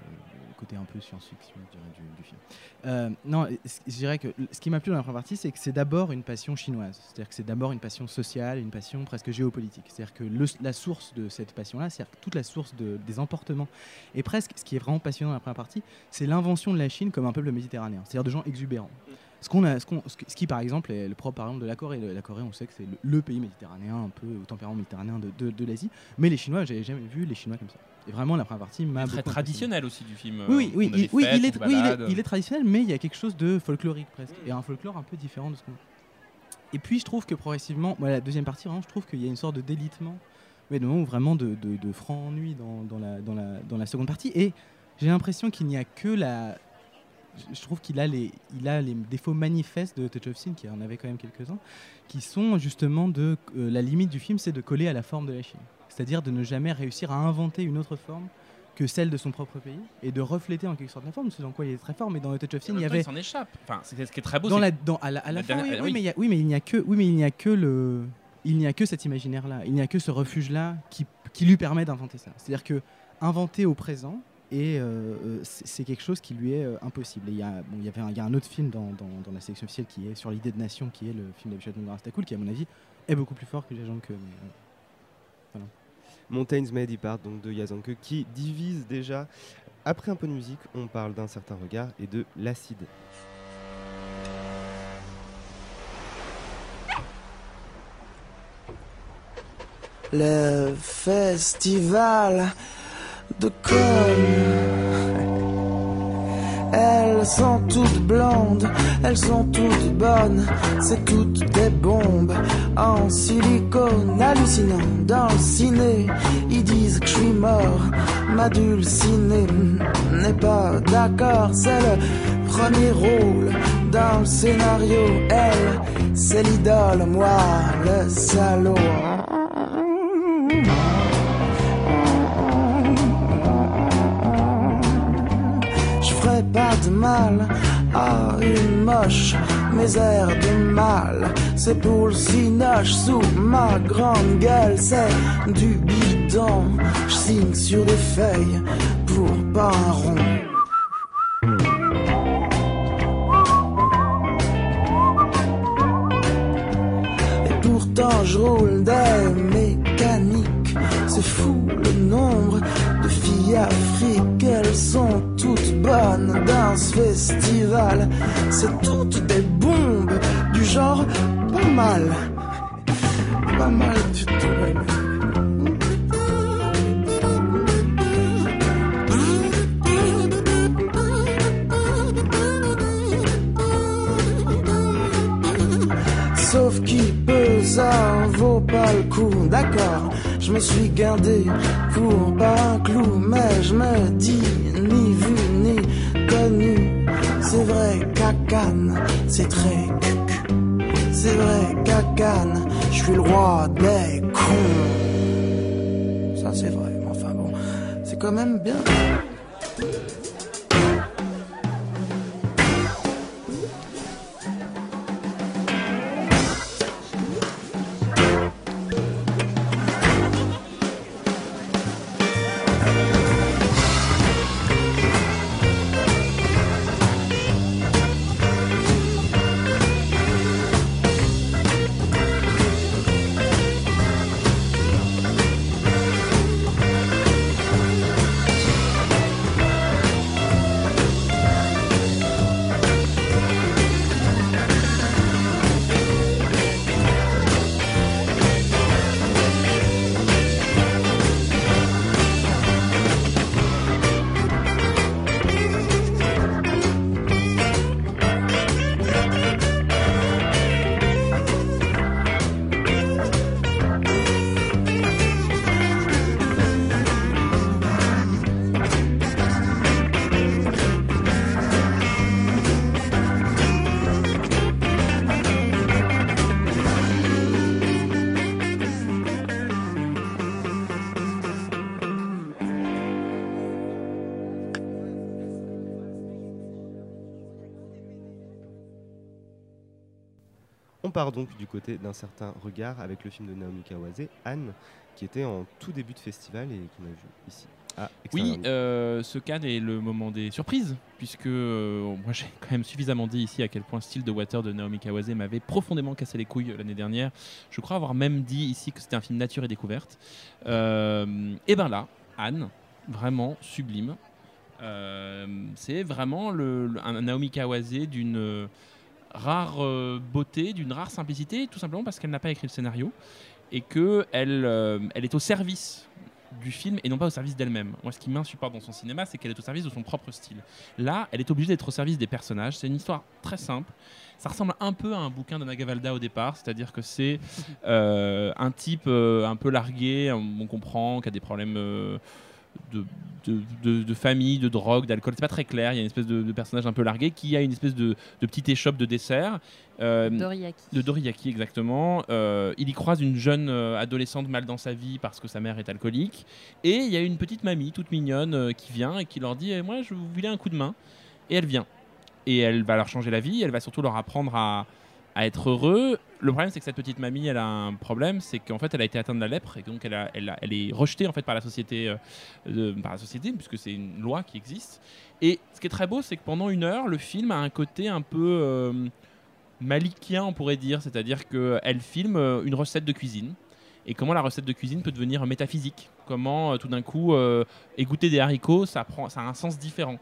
le côté un peu science-fiction, je dirais, du, du film. Euh, non, c- je dirais que l- ce qui m'a plu dans la première partie, c'est que c'est d'abord une passion chinoise. C'est-à-dire que c'est d'abord une passion sociale, une passion presque géopolitique. C'est-à-dire que le- la source de cette passion-là, c'est-à-dire que toute la source de- des emportements, et presque ce qui est vraiment passionnant dans la première partie, c'est l'invention de la Chine comme un peuple méditerranéen, c'est-à-dire de gens exubérants. Ce, qu'on a, ce, qu'on- ce qui- ce qui, par exemple, est le propre par exemple, de la Corée. Le- La Corée, on sait que c'est le, le pays méditerranéen, un peu au tempérament méditerranéen de, de- de l'Asie. Mais les Chinois, j'avais jamais vu les Chinois comme ça. Et vraiment, la première partie m'a Très beaucoup traditionnel aussi du film. impressionné. Oui, oui, On a il, des oui, fêtes, il est, on oui, il est- balade. il est traditionnel, mais il y a quelque chose de folklorique presque. Et un folklore un peu différent de ce qu'on. Et puis, je trouve que progressivement, moi, la deuxième partie, vraiment, je trouve qu'il y a une sorte de délitement, mais de moment où vraiment de, de, de franc ennui dans, dans, la, dans, la, dans la seconde partie. Et j'ai l'impression qu'il n'y a que la. Je- Je trouve qu'il a les, il a les défauts manifestes de Touch of Sin, qui en avait quand même quelques-uns, qui sont justement de euh, la limite du film, c'est de coller à la forme de la Chine, c'est-à-dire de ne jamais réussir à inventer une autre forme que celle de son propre pays et de refléter en quelque sorte la forme, c'est dans quoi il est très fort. Mais dans Touch of Sin, En il y même temps, avait il s'en échappe. Enfin, c'est ce qui est très beau. dans c'est la, que- dans, à la, à la la fin, dernière- oui, oui. oui, mais il y a- oui, mais il n'y a que, oui, mais il n'y a que le, il n'y a que cet imaginaire-là, il n'y a que ce refuge-là qui, qui lui permet d'inventer ça. C'est-à-dire que inventer au présent, et euh, euh, c'est c'est quelque chose qui lui est euh, impossible. Et il y a, bon, il y avait un, il y a un autre film dans, dans, dans la sélection officielle qui est sur l'idée de nation, qui est le film d'Abhishek Mugarastakoul, qui à mon avis est beaucoup plus fort que Jajangke. Mais, euh, voilà. Mountains May Depart, donc de Yazanke, qui divise déjà. Après un peu de musique, on parle d'un certain regard et de l'acide. Le festival de Cône. Elles sont toutes blondes, elles sont toutes bonnes, c'est toutes des bombes en silicone hallucinant. Dans le ciné, ils disent que je suis mort, ma dulcinée n'est pas d'accord, c'est le premier rôle dans le scénario. Elle, c'est l'idole, moi, le salaud. Je ferai pas de mal à une moche, mes airs de mal, c'est pour le cinoche sous ma grande gueule, c'est du bidon. Je signe sur des feuilles pour pas un rond. Et pourtant je roule des mécaniques, c'est fou le nombre de filles afriques, elles sont toutes bonnes dans ce festival, c'est toutes des bombes du genre pas mal, pas mal du tout. Sauf qui peut, ça vaut pas le coup, d'accord. Je me suis gardé pour pas un clou, mais je me dis ni vu ni connu. C'est vrai qu'à Cannes, c'est très cucu. C'est vrai qu'à Cannes, je suis le roi des cons. Ça c'est vrai, mais enfin bon, c'est quand même bien. part donc du côté d'un certain regard avec le film de Naomi Kawase, Anne, qui était en tout début de festival et qu'on a vu ici. Ah, oui, euh, ce Cannes est le moment des surprises, puisque euh, moi j'ai quand même suffisamment dit ici à quel point Still the Water de Naomi Kawase m'avait profondément cassé les couilles l'année dernière. Je crois avoir même dit ici que c'était un film nature et découverte. Euh, et ben là, Anne, vraiment sublime. Euh, c'est vraiment le, le, un Naomi Kawase d'une euh, rare euh, beauté, d'une rare simplicité, tout simplement parce qu'elle n'a pas écrit le scénario et qu'elle euh, elle est au service du film et non pas au service d'elle-même. Moi, ce qui m'insupporte dans son cinéma, c'est qu'elle est au service de son propre style. Là, elle est obligée d'être au service des personnages. C'est une histoire très simple. Ça ressemble un peu à un bouquin de Magavalda au départ, c'est-à-dire que c'est euh, un type euh, un peu largué, on comprend, qui a des problèmes euh, de, de, de, de famille, de drogue, d'alcool. C'est pas très clair. Il y a une espèce de, de personnage un peu largué qui a une espèce de, de petite échoppe de dessert. Euh, Doriyaki. De Doriyaki, exactement. Euh, il y croise une jeune euh, adolescente mal dans sa vie parce que sa mère est alcoolique. Et il y a une petite mamie toute mignonne euh, qui vient et qui leur dit eh, « Moi, je vous filer un coup de main ». Et elle vient. Et elle va leur changer la vie. Elle va surtout leur apprendre à, à être heureux. Le problème, c'est que cette petite mamie, elle a un problème, c'est qu'en fait, elle a été atteinte de la lèpre et donc elle, a, elle, a, elle est rejetée en fait par la société, euh, de, par la société, puisque c'est une loi qui existe. Et ce qui est très beau, c'est que pendant une heure, le film a un côté un peu euh, malikien, on pourrait dire, c'est-à-dire qu'elle filme une recette de cuisine. Et comment la recette de cuisine peut devenir métaphysique. Comment, euh, tout d'un coup, euh, égoutter des haricots, ça, prend, ça a un sens différent.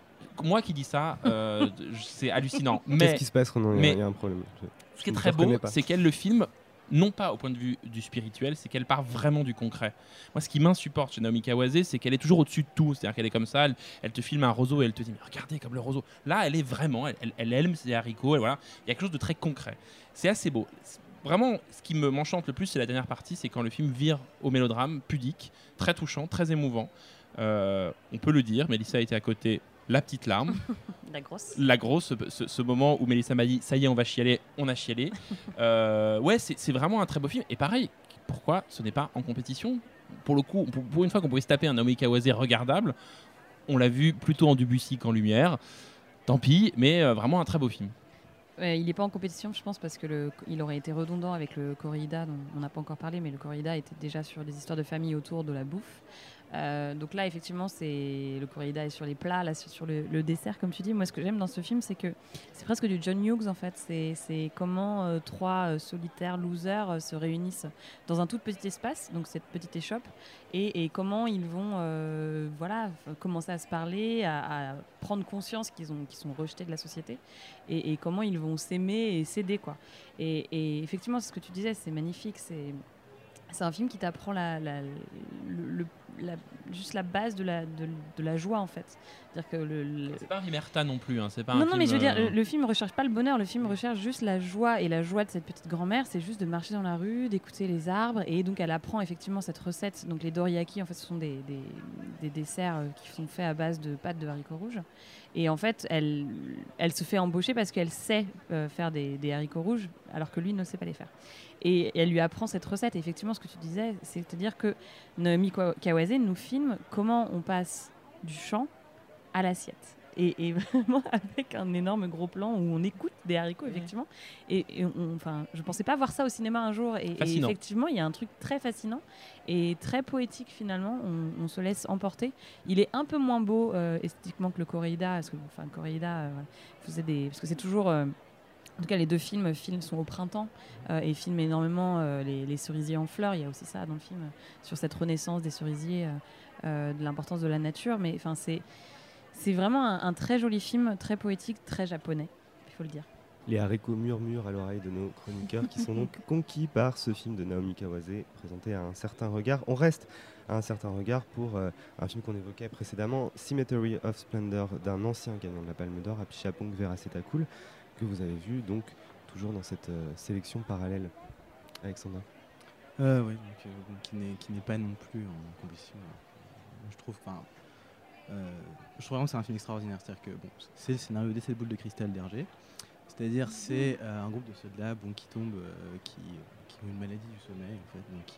Moi qui dis ça, euh, c'est hallucinant. Mais, qu'est-ce qui se passe, Renan ? Il y, y a un problème. Je, ce qui est très beau, c'est qu'elle le filme, non pas au point de vue du spirituel, c'est qu'elle part vraiment du concret. Moi, ce qui m'insupporte chez Naomi Kawase, c'est qu'elle est toujours au-dessus de tout. C'est-à-dire qu'elle est comme ça, elle, elle te filme un roseau et elle te dit « Regardez comme le roseau ». Là, elle est vraiment, elle, elle, elle aime ses haricots. Elle, voilà. Il y a quelque chose de très concret. C'est assez beau. Vraiment, ce qui me m'enchante le plus, c'est la dernière partie, c'est quand le film vire au mélodrame pudique, très touchant, très émouvant. Euh, on peut le dire, Mélissa était à côté. La petite larme. La grosse. La grosse, ce, ce moment où Mélissa m'a dit ça y est, on va chialer, on a chialé. euh, ouais, c'est, c'est vraiment un très beau film. Et pareil, pourquoi ce n'est pas en compétition ? Pour le coup, pour, pour une fois qu'on pouvait se taper un Naomi Kawase regardable, on l'a vu plutôt en Debussy qu'en Lumière. Tant pis, mais euh, vraiment un très beau film. Ouais, il n'est pas en compétition, je pense, parce que le, il aurait été redondant avec le corrida, dont on n'a pas encore parlé, mais le corrida était déjà sur des histoires de famille autour de la bouffe. Euh, donc là, effectivement, c'est le corrida est sur les plats, là, sur le, le dessert, comme tu dis. Moi, ce que j'aime dans ce film, c'est que c'est presque du John Hughes, en fait. C'est, c'est comment euh, trois euh, solitaires losers euh, se réunissent dans un tout petit espace, donc cette petite échoppe, et, et comment ils vont euh, voilà, commencer à se parler, à, à prendre conscience qu'ils, ont, qu'ils sont rejetés de la société, et, et comment ils vont s'aimer et s'aider, quoi. Et, et effectivement, c'est ce que tu disais, c'est magnifique, c'est... C'est un film qui t'apprend la, la, le, le, la, juste la base de la, de, de la joie, en fait. C'est-à-dire que le, le... C'est pas un Rimerta non plus. Hein. C'est pas non, un non, film, mais je veux dire, euh... le, le film ne recherche pas le bonheur. Le film recherche juste la joie. Et la joie de cette petite grand-mère, c'est juste de marcher dans la rue, d'écouter les arbres. Et donc, elle apprend effectivement cette recette. Donc, les doriyaki, en fait, ce sont des, des, des desserts qui sont faits à base de pâtes de haricots rouges. Et en fait, elle, elle se fait embaucher parce qu'elle sait euh, faire des, des haricots rouges, alors que lui ne sait pas les faire. Et, et elle lui apprend cette recette. Et effectivement, ce que tu disais, c'est-à-dire que Naomi Kawase nous filme comment on passe du champ à l'assiette. Et, et vraiment avec un énorme gros plan où on écoute des haricots, effectivement. Et, et on, enfin, je ne pensais pas voir ça au cinéma un jour. Et, et effectivement, il y a un truc très fascinant et très poétique, finalement. On, on se laisse emporter. Il est un peu moins beau euh, esthétiquement que le corrida. Parce que, enfin, le corrida, euh, faisait des... Parce que c'est toujours... Euh, en tout cas, les deux films, films sont au printemps euh, et filment énormément euh, les, les cerisiers en fleurs. Il y a aussi ça dans le film, euh, sur cette renaissance des cerisiers, euh, euh, de l'importance de la nature. Mais enfin, c'est, c'est vraiment un, un très joli film, très poétique, très japonais, il faut le dire. Les haricots murmurent à l'oreille de nos chroniqueurs qui sont donc conquis par ce film de Naomi Kawase, présenté à un certain regard. On reste à un certain regard pour euh, un film qu'on évoquait précédemment, Cemetery of Splendor, d'un ancien gagnant de la Palme d'Or, Apichatpong Veerasetakul, que vous avez vu donc toujours dans cette euh, sélection parallèle. Alexandra. euh, Oui, donc, euh, donc, qui, n'est, qui n'est pas non plus en compétition. Euh, je trouve, enfin, euh, je trouve vraiment que c'est un film extraordinaire. C'est-à-dire que bon, c'est le scénario des sept boules de cristal d'Hergé. C'est-à-dire c'est euh, un groupe de soldats bon, qui tombent, euh, qui, qui ont une maladie du sommeil en fait, donc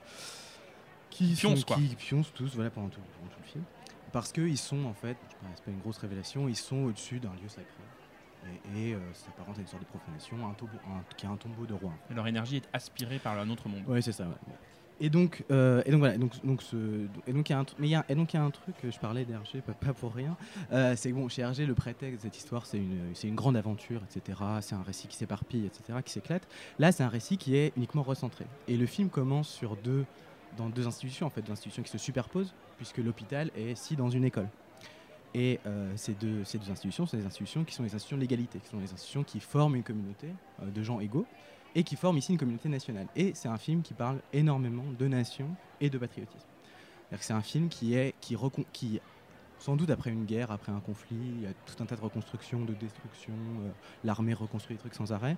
qui pioncent sont, quoi. Qui pioncent tous, voilà, pendant tout, pendant tout le film, parce qu'ils sont en fait, c'est pas une grosse révélation, ils sont au-dessus d'un lieu sacré. et, et euh, ça s'apparente à une sorte de profanation, un tombeau, un, qui est un tombeau de roi. Et leur énergie est aspirée par un autre monde. Oui, c'est ça. Ouais. Et donc, euh, et donc voilà, donc, donc ce, et donc il y a un, mais il y a, et donc il y a un truc, je parlais d'Hergé, pas, pas pour rien. Euh, c'est que bon, chez Hergé, le prétexte de cette histoire, c'est une, c'est une grande aventure, et cetera. C'est un récit qui s'éparpille, et cetera, qui s'éclate. Là, c'est un récit qui est uniquement recentré. Et le film commence sur deux, dans deux institutions, en fait, deux institutions qui se superposent, puisque l'hôpital est si dans une école. Et euh, ces, deux, ces deux institutions sont des institutions qui sont des institutions de l'égalité, qui sont des institutions qui forment une communauté euh, de gens égaux, et qui forme ici une communauté nationale. Et c'est un film qui parle énormément de nation et de patriotisme. C'est-à-dire que c'est un film qui est, qui, recon- qui, sans doute après une guerre, après un conflit, il y a tout un tas de reconstructions, de destructions, euh, l'armée reconstruit des trucs sans arrêt.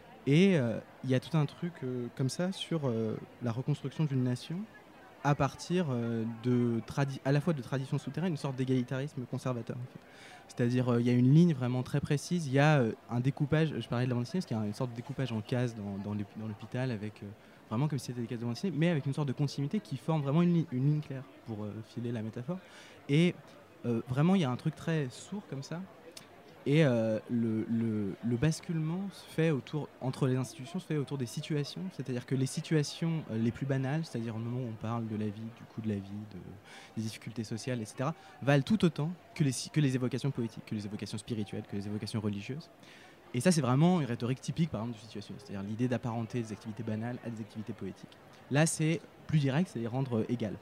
Et euh, il y a tout un truc euh, comme ça sur euh, la reconstruction d'une nation à partir euh, de tradi- à la fois de traditions souterraines, une sorte d'égalitarisme conservateur. En fait. C'est-à-dire, il euh, y a une ligne vraiment très précise. Il y a euh, un découpage, je parlais de la bande dessinée, parce qu'il y a une sorte de découpage en cases dans, dans, l'hôp- dans l'hôpital, avec, euh, vraiment comme si c'était des cases de bande dessinée, mais avec une sorte de continuité qui forme vraiment une, li- une ligne claire, pour euh, filer la métaphore. Et euh, vraiment, il y a un truc très sourd comme ça. Et euh, le, le, le basculement se fait autour, entre les institutions, se fait autour des situations. C'est-à-dire que les situations euh, les plus banales, c'est-à-dire au moment où on parle de la vie, du coût de la vie, de, des difficultés sociales, et cetera, valent tout autant que les, que les évocations poétiques, que les évocations spirituelles, que les évocations religieuses. Et ça, c'est vraiment une rhétorique typique, par exemple, du situationniste. C'est-à-dire l'idée d'apparenter des activités banales à des activités poétiques. Là, c'est plus direct, c'est les rendre euh, égales.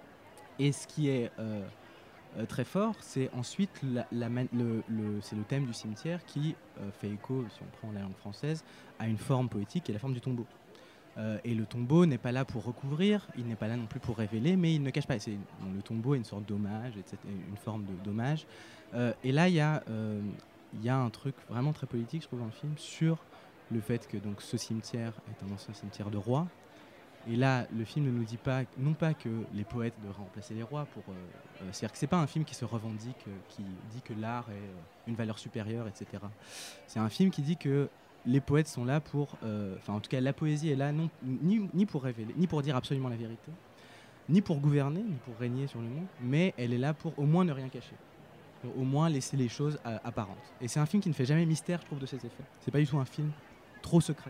Et ce qui est... Euh, Euh, très fort, c'est ensuite la, la man- le, le, c'est le thème du cimetière qui euh, fait écho, si on prend la langue française, à une forme poétique qui est la forme du tombeau. Euh, et le tombeau n'est pas là pour recouvrir, il n'est pas là non plus pour révéler, mais il ne cache pas. C'est, bon, le tombeau est une sorte d'hommage, et cetera, une forme de, d'hommage. Euh, et là, il y, euh, y a un truc vraiment très politique, je trouve, dans le film, sur le fait que donc, ce cimetière est un ancien cimetière de rois. Et là, le film ne nous dit pas, non pas que les poètes devraient remplacer les rois. Pour, euh, euh, c'est-à-dire que c'est pas un film qui se revendique, euh, qui dit que l'art est euh, une valeur supérieure, et cetera. C'est un film qui dit que les poètes sont là pour, enfin euh, en tout cas la poésie est là non, ni, ni pour révéler, ni pour dire absolument la vérité, ni pour gouverner, ni pour régner sur le monde, mais elle est là pour au moins ne rien cacher, pour au moins laisser les choses euh, apparentes. Et c'est un film qui ne fait jamais mystère, je trouve, de ses effets. C'est pas du tout un film trop secret.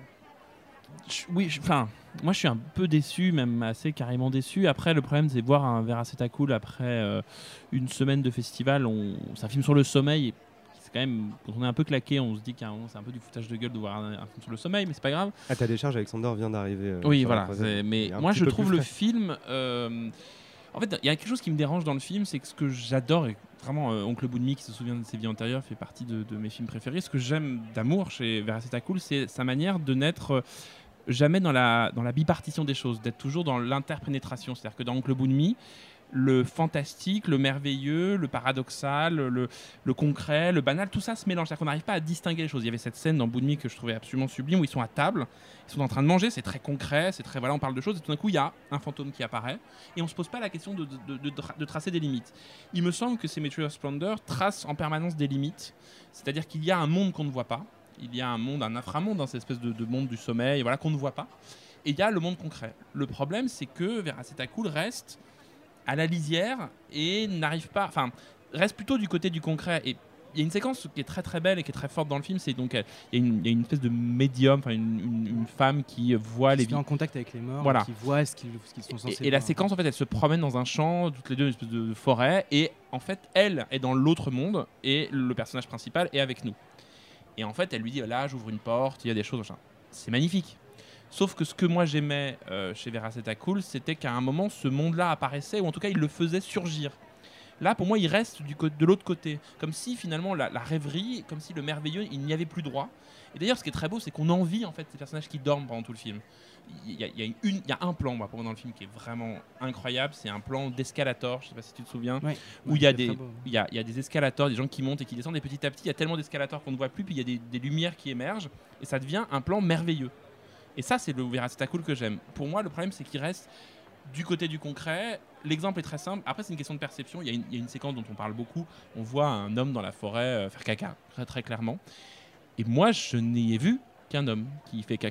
Oui, enfin, moi je suis un peu déçu, même assez carrément déçu. Après, le problème, c'est voir un Veracetacool après euh, une semaine de festival. On... C'est un film sur le sommeil. Et c'est quand même, quand on est un peu claqué, on se dit qu'à un moment, c'est un peu du foutage de gueule de voir un, un film sur le sommeil, mais c'est pas grave. À ta décharge, Alexander vient d'arriver. Euh, oui, voilà. Mais moi, je trouve le film. Euh... En fait, il y a quelque chose qui me dérange dans le film, c'est que ce que j'adore, et vraiment, euh, Oncle Boudmi, qui se souvient de ses vies antérieures, fait partie de, de mes films préférés. Ce que j'aime d'amour chez Veracetacool, c'est sa manière de n'être euh, jamais dans la, dans la bipartition des choses, d'être toujours dans l'interpénétration. C'est-à-dire que dans Oncle Boudmi, le fantastique, le merveilleux, le paradoxal, le, le concret, le banal, tout ça se mélange. C'est-à-dire qu'on n'arrive pas à distinguer les choses. Il y avait cette scène dans Boudmi que je trouvais absolument sublime, où ils sont à table, ils sont en train de manger, c'est très concret, c'est très, voilà, on parle de choses, et tout d'un coup, il y a un fantôme qui apparaît, et on ne se pose pas la question de, de, de, de, de tracer des limites. Il me semble que ces Material Splendor tracent en permanence des limites, c'est-à-dire qu'il y a un monde qu'on ne voit pas, il y a un monde, un inframonde, hein, cette espèce de, de monde du sommeil, voilà, qu'on ne voit pas, et il y a le monde concret. Le problème, c'est que Veracetacool reste à la lisière et n'arrive pas, enfin, reste plutôt du côté du concret. Et il y a une séquence qui est très très belle et qui est très forte dans le film, c'est donc il y, y a une espèce de médium, enfin une, une, une femme qui voit qui les vies, en contact avec les morts, voilà, qui voit ce qu'ils, ce qu'ils sont censés et, et la séquence en fait, elle se promène dans un champ, toutes les deux une espèce de forêt, et en fait, elle est dans l'autre monde et le personnage principal est avec nous. Et en fait, elle lui dit là, j'ouvre une porte, il y a des choses, machin. C'est magnifique. Sauf que ce que moi j'aimais euh, chez Veracetacool, c'était qu'à un moment, ce monde-là apparaissait, ou en tout cas, il le faisait surgir. Là, pour moi, il reste du co- de l'autre côté. Comme si, finalement, la, la rêverie, comme si le merveilleux, il n'y avait plus droit. Et d'ailleurs, ce qui est très beau, c'est qu'on envie, en fait, ces personnages qui dorment pendant tout le film. Il y a, il y a, une, il y a un plan, moi, pour moi, dans le film qui est vraiment incroyable. C'est un plan d'escalator, je ne sais pas si tu te souviens, ouais, où ouais, il, y a des, beau, ouais. il, y a, il y a des escalators, des gens qui montent et qui descendent, et petit à petit, il y a tellement d'escalators qu'on ne voit plus, puis il y a des, des lumières qui émergent, et ça devient un plan merveilleux. Et ça, c'est le Veracetacool que j'aime. Pour moi, le problème, c'est qu'il reste du côté du concret. L'exemple est très simple. Après, c'est une question de perception. Il y a une, il y a une séquence dont on parle beaucoup. On voit un homme dans la forêt euh, faire caca, très, très clairement. Et moi, je n'ai vu qu'un homme qui fait caca.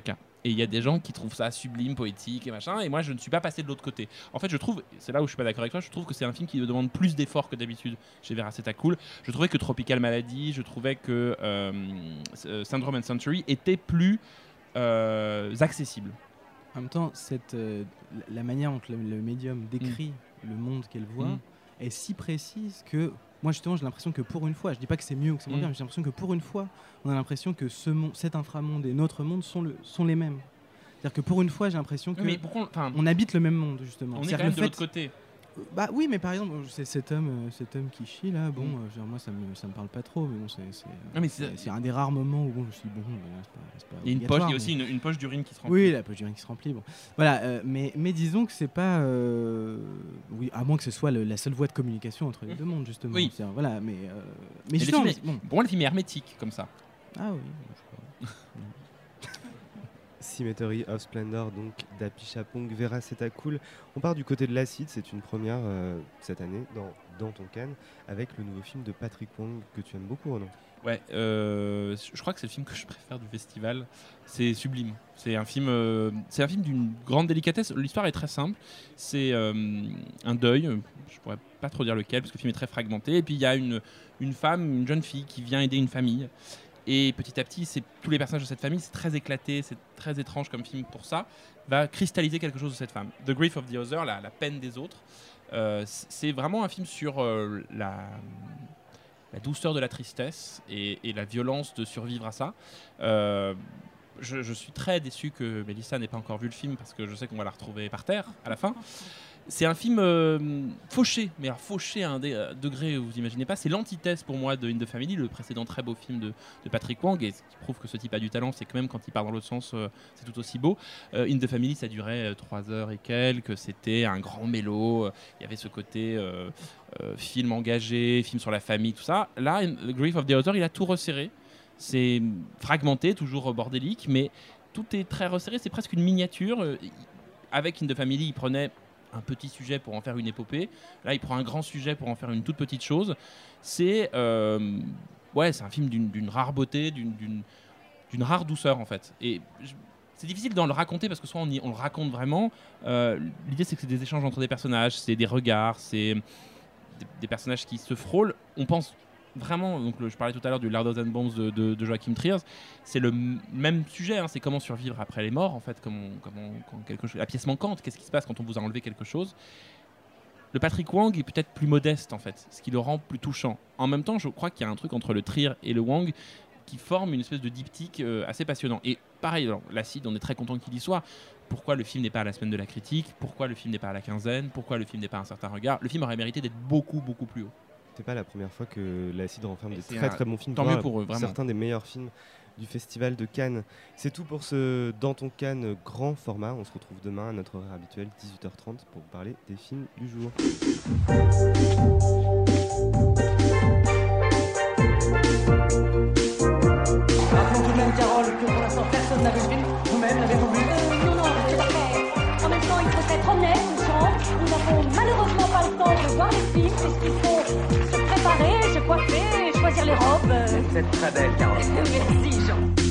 Et il y a des gens qui trouvent ça sublime, poétique et machin. Et moi, je ne suis pas passé de l'autre côté. En fait, je trouve, c'est là où je suis pas d'accord avec toi, je trouve que c'est un film qui demande plus d'efforts que d'habitude chez Veraceta Cool. Je trouvais que Tropical Malady, je trouvais que euh, Syndrome and Century étaient plus euh, accessibles. En même temps, cette, euh, la manière dont le, le médium décrit mm. le monde qu'elle voit mm. est si précise que moi justement j'ai l'impression que pour une fois, je dis pas que c'est mieux ou que c'est moins mm. bien, mais j'ai l'impression que pour une fois, on a l'impression que ce mon, cet inframonde et notre monde sont, le, sont les mêmes. C'est-à-dire que pour une fois, j'ai l'impression que mais pourquoi, on habite le même monde justement. On est quand même de l'autre côté. Bah oui, mais par exemple, c'est cet homme, euh, cet homme qui chie là. Bon, mm. euh, genre, moi ça me, ça me parle pas trop, mais bon, c'est, c'est, ah, mais c'est, c'est, c'est un des rares moments où bon, je me suis dit, bon, c'est pas, c'est pas il y a une poche, il y a aussi une, une poche d'urine qui se remplit. Oui, la poche d'urine qui se remplit. Bon, voilà. Euh, mais, mais disons que c'est pas, euh, oui, à moins que ce soit le, la seule voie de communication entre les mm. deux mondes justement. Oui. C'est, voilà, mais, euh, mais, mais justement, est, bon. Pour moi, le film est hermétique comme ça. Ah oui. Je crois. Cemetery of Splendor, donc d'Apichatpong, Veraceta Cool. On part du côté de l'acide, c'est une première euh, cette année dans, dans ton Cannes, avec le nouveau film de Patrick Wong que tu aimes beaucoup, Renaud. Ouais, euh, je crois que c'est le film que je préfère du festival. C'est sublime. C'est un film, euh, c'est un film d'une grande délicatesse. L'histoire est très simple. C'est euh, un deuil. Je pourrais pas trop dire lequel parce que le film est très fragmenté. Et puis il y a une une femme, une jeune fille qui vient aider une famille. Et petit à petit, c'est, tous les personnages de cette famille, c'est très éclaté, c'est très étrange comme film pour ça, va cristalliser quelque chose de cette femme. The Grief of the Other, la, la peine des autres, euh, c'est vraiment un film sur euh, la, la douceur de la tristesse et, et la violence de survivre à ça. Euh, je, je suis très déçu que Mélissa n'ait pas encore vu le film parce que je sais qu'on va la retrouver par terre à la fin. C'est un film euh, fauché, mais alors fauché à un dé- euh, degré où vous imaginez pas. C'est l'antithèse pour moi de In the Family, le précédent très beau film de, de Patrick Wong, et ce qui prouve que ce type a du talent, c'est que même quand il part dans l'autre sens, euh, c'est tout aussi beau. Euh, In the Family, ça durait euh, trois heures et quelques, c'était un grand mélo, il y avait ce côté euh, euh, film engagé, film sur la famille, tout ça. Là, in, The Grief of the Other, il a tout resserré. C'est fragmenté, toujours bordélique, mais tout est très resserré, c'est presque une miniature. Euh, avec In the Family, il prenait un petit sujet pour en faire une épopée. Là, il prend un grand sujet pour en faire une toute petite chose. C'est, euh, ouais, c'est un film d'une, d'une rare beauté, d'une, d'une, d'une rare douceur, en fait. Et je, c'est difficile d'en le raconter parce que soit on, y, on le raconte vraiment. Euh, l'idée, c'est que c'est des échanges entre des personnages, c'est des regards, c'est des, des personnages qui se frôlent. On pense vraiment, donc le, je parlais tout à l'heure du Louder Than Bombs de, de, de Joachim Trier, c'est le m- même sujet, hein, c'est comment survivre après les morts, en fait, comment, comment, quand quelque chose, la pièce manquante, qu'est-ce qui se passe quand on vous a enlevé quelque chose. Le Patrick Wong est peut-être plus modeste, en fait, ce qui le rend plus touchant. En même temps, je crois qu'il y a un truc entre le Trier et le Wong qui forme une espèce de diptyque euh, assez passionnant. Et pareil, alors, l'Acide, on est très content qu'il y soit. Pourquoi le film n'est pas à la semaine de la critique ? Pourquoi le film n'est pas à la quinzaine ? Pourquoi le film n'est pas à un certain regard ? Le film aurait mérité d'être beaucoup, beaucoup plus haut. C'est pas la première fois que l'Acide renferme des très un... très bons films. Tant mieux pour eux, vraiment. Certains des meilleurs films du Festival de Cannes. C'est tout pour ce Dans ton Cannes grand format. On se retrouve demain à notre horaire habituel, dix-huit heures trente, pour vous parler des films du jour. Rappelons tout de même, Carole, que pour l'instant personne n'a vu le film. Vous-même l'avez-vous vu ? euh, Non, non, c'est pas fait. En même temps, il faut être honnête, Jean. Nous n'avons malheureusement pas le temps de voir les films, puisqu'il faut se préparer, se coiffer, choisir les robes. Vous êtes très belle, Carole. Merci, Jean.